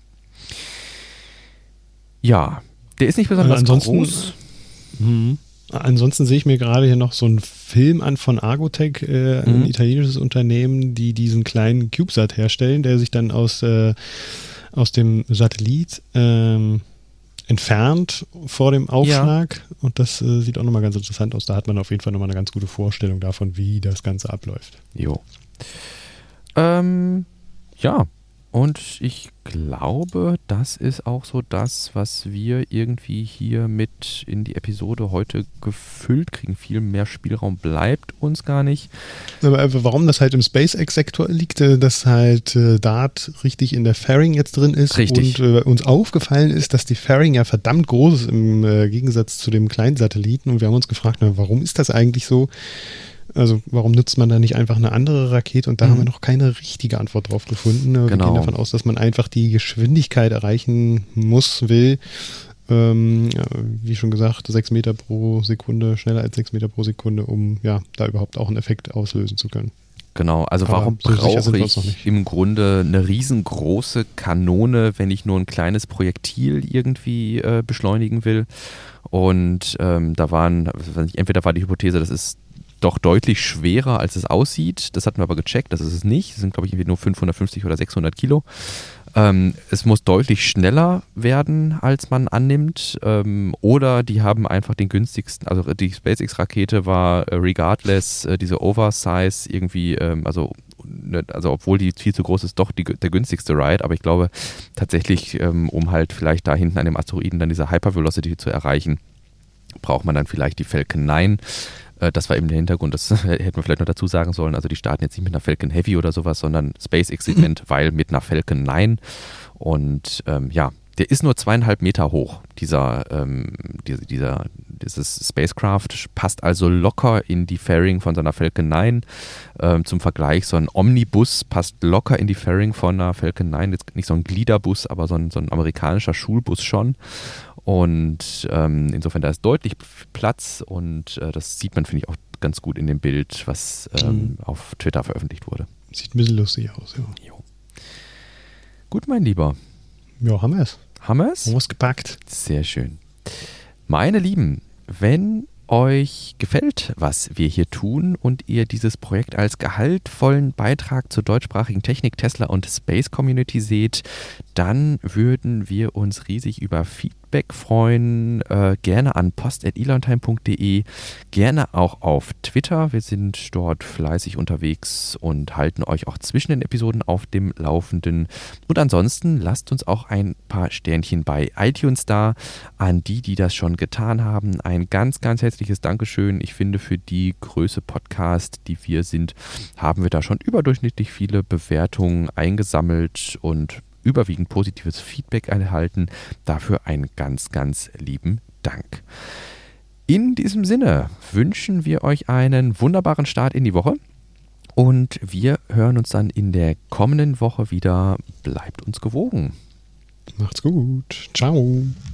Ja, der ist nicht besonders also ansonsten, groß. Mh. Ansonsten sehe ich mir gerade hier noch so einen Film an von Argotec, äh, ein mhm. italienisches Unternehmen, die diesen kleinen CubeSat herstellen, der sich dann aus, äh, aus dem Satellit ähm, entfernt vor dem Aufschlag. Ja. Und das äh, sieht auch nochmal ganz interessant aus. Da hat man auf jeden Fall nochmal eine ganz gute Vorstellung davon, wie das Ganze abläuft. Jo. Ähm, ja. Und ich glaube, das ist auch so das, was wir irgendwie hier mit in die Episode heute gefüllt kriegen. Viel mehr Spielraum bleibt uns gar nicht. Aber warum das halt im SpaceX-Sektor liegt, dass halt äh, D A R T richtig in der Fairing jetzt drin ist. Richtig. Und äh, uns aufgefallen ist, dass die Fairing ja verdammt groß ist im äh, Gegensatz zu dem kleinen Satelliten. Und wir haben uns gefragt, na, warum ist das eigentlich so? Also warum nutzt man da nicht einfach eine andere Rakete? Und da mhm. haben wir noch keine richtige Antwort drauf gefunden. Wir genau. gehen davon aus, dass man einfach die Geschwindigkeit erreichen muss, will. Ähm, ja, wie schon gesagt, sechs Meter pro Sekunde, schneller als sechs Meter pro Sekunde, um ja da überhaupt auch einen Effekt auslösen zu können. Genau, also Aber warum so brauche ich im Grunde eine riesengroße Kanone, wenn ich nur ein kleines Projektil irgendwie äh, beschleunigen will? Und ähm, da waren, entweder war die Hypothese, das ist doch deutlich schwerer, als es aussieht. Das hatten wir aber gecheckt, das ist es nicht. Das sind, glaube ich, irgendwie nur fünfhundertfünfzig oder sechshundert Kilo. Ähm, es muss deutlich schneller werden, als man annimmt. Ähm, oder die haben einfach den günstigsten, also die SpaceX-Rakete war äh, regardless äh, diese Oversize irgendwie, ähm, also also obwohl die viel zu groß ist, doch die, der günstigste Ride, aber ich glaube tatsächlich, ähm, um halt vielleicht da hinten an dem Asteroiden dann diese Hypervelocity zu erreichen, braucht man dann vielleicht die Falcon neun. Äh, das war eben der Hintergrund, das hätten wir vielleicht noch dazu sagen sollen, also die starten jetzt nicht mit einer Falcon Heavy oder sowas, sondern SpaceX-Segment, mhm. weil mit einer Falcon neun und ähm, ja, der ist nur zweieinhalb Meter hoch, dieser, ähm, dieser, dieser dieses Spacecraft, passt also locker in die Fairing von so einer Falcon neun. Ähm, zum Vergleich, so ein Omnibus passt locker in die Fairing von einer Falcon neun, jetzt nicht so ein Gliederbus, aber so ein, so ein amerikanischer Schulbus schon. Und ähm, insofern, da ist deutlich Platz und äh, das sieht man, finde ich, auch ganz gut in dem Bild, was ähm, mhm. auf Twitter veröffentlicht wurde. Sieht ein bisschen lustig aus, ja. Jo. Gut, mein Lieber. Ja, haben wir es. Haben wir es? Haben wir es gepackt. Sehr schön. Meine Lieben, wenn euch gefällt, was wir hier tun und ihr dieses Projekt als gehaltvollen Beitrag zur deutschsprachigen Technik, Tesla und Space Community seht, dann würden wir uns riesig über Feedback freuen. Äh, gerne an post at elontime punkt de, gerne auch auf Twitter. Wir sind dort fleißig unterwegs und halten euch auch zwischen den Episoden auf dem Laufenden. Und ansonsten lasst uns auch ein paar Sternchen bei iTunes da. An die, die das schon getan haben, ein ganz, ganz herzliches Dankeschön. Ich finde, für die Größe Podcast, die wir sind, haben wir da schon überdurchschnittlich viele Bewertungen eingesammelt und überwiegend positives Feedback erhalten. Dafür einen ganz, ganz lieben Dank. In diesem Sinne wünschen wir euch einen wunderbaren Start in die Woche und wir hören uns dann in der kommenden Woche wieder. Bleibt uns gewogen. Macht's gut. Ciao.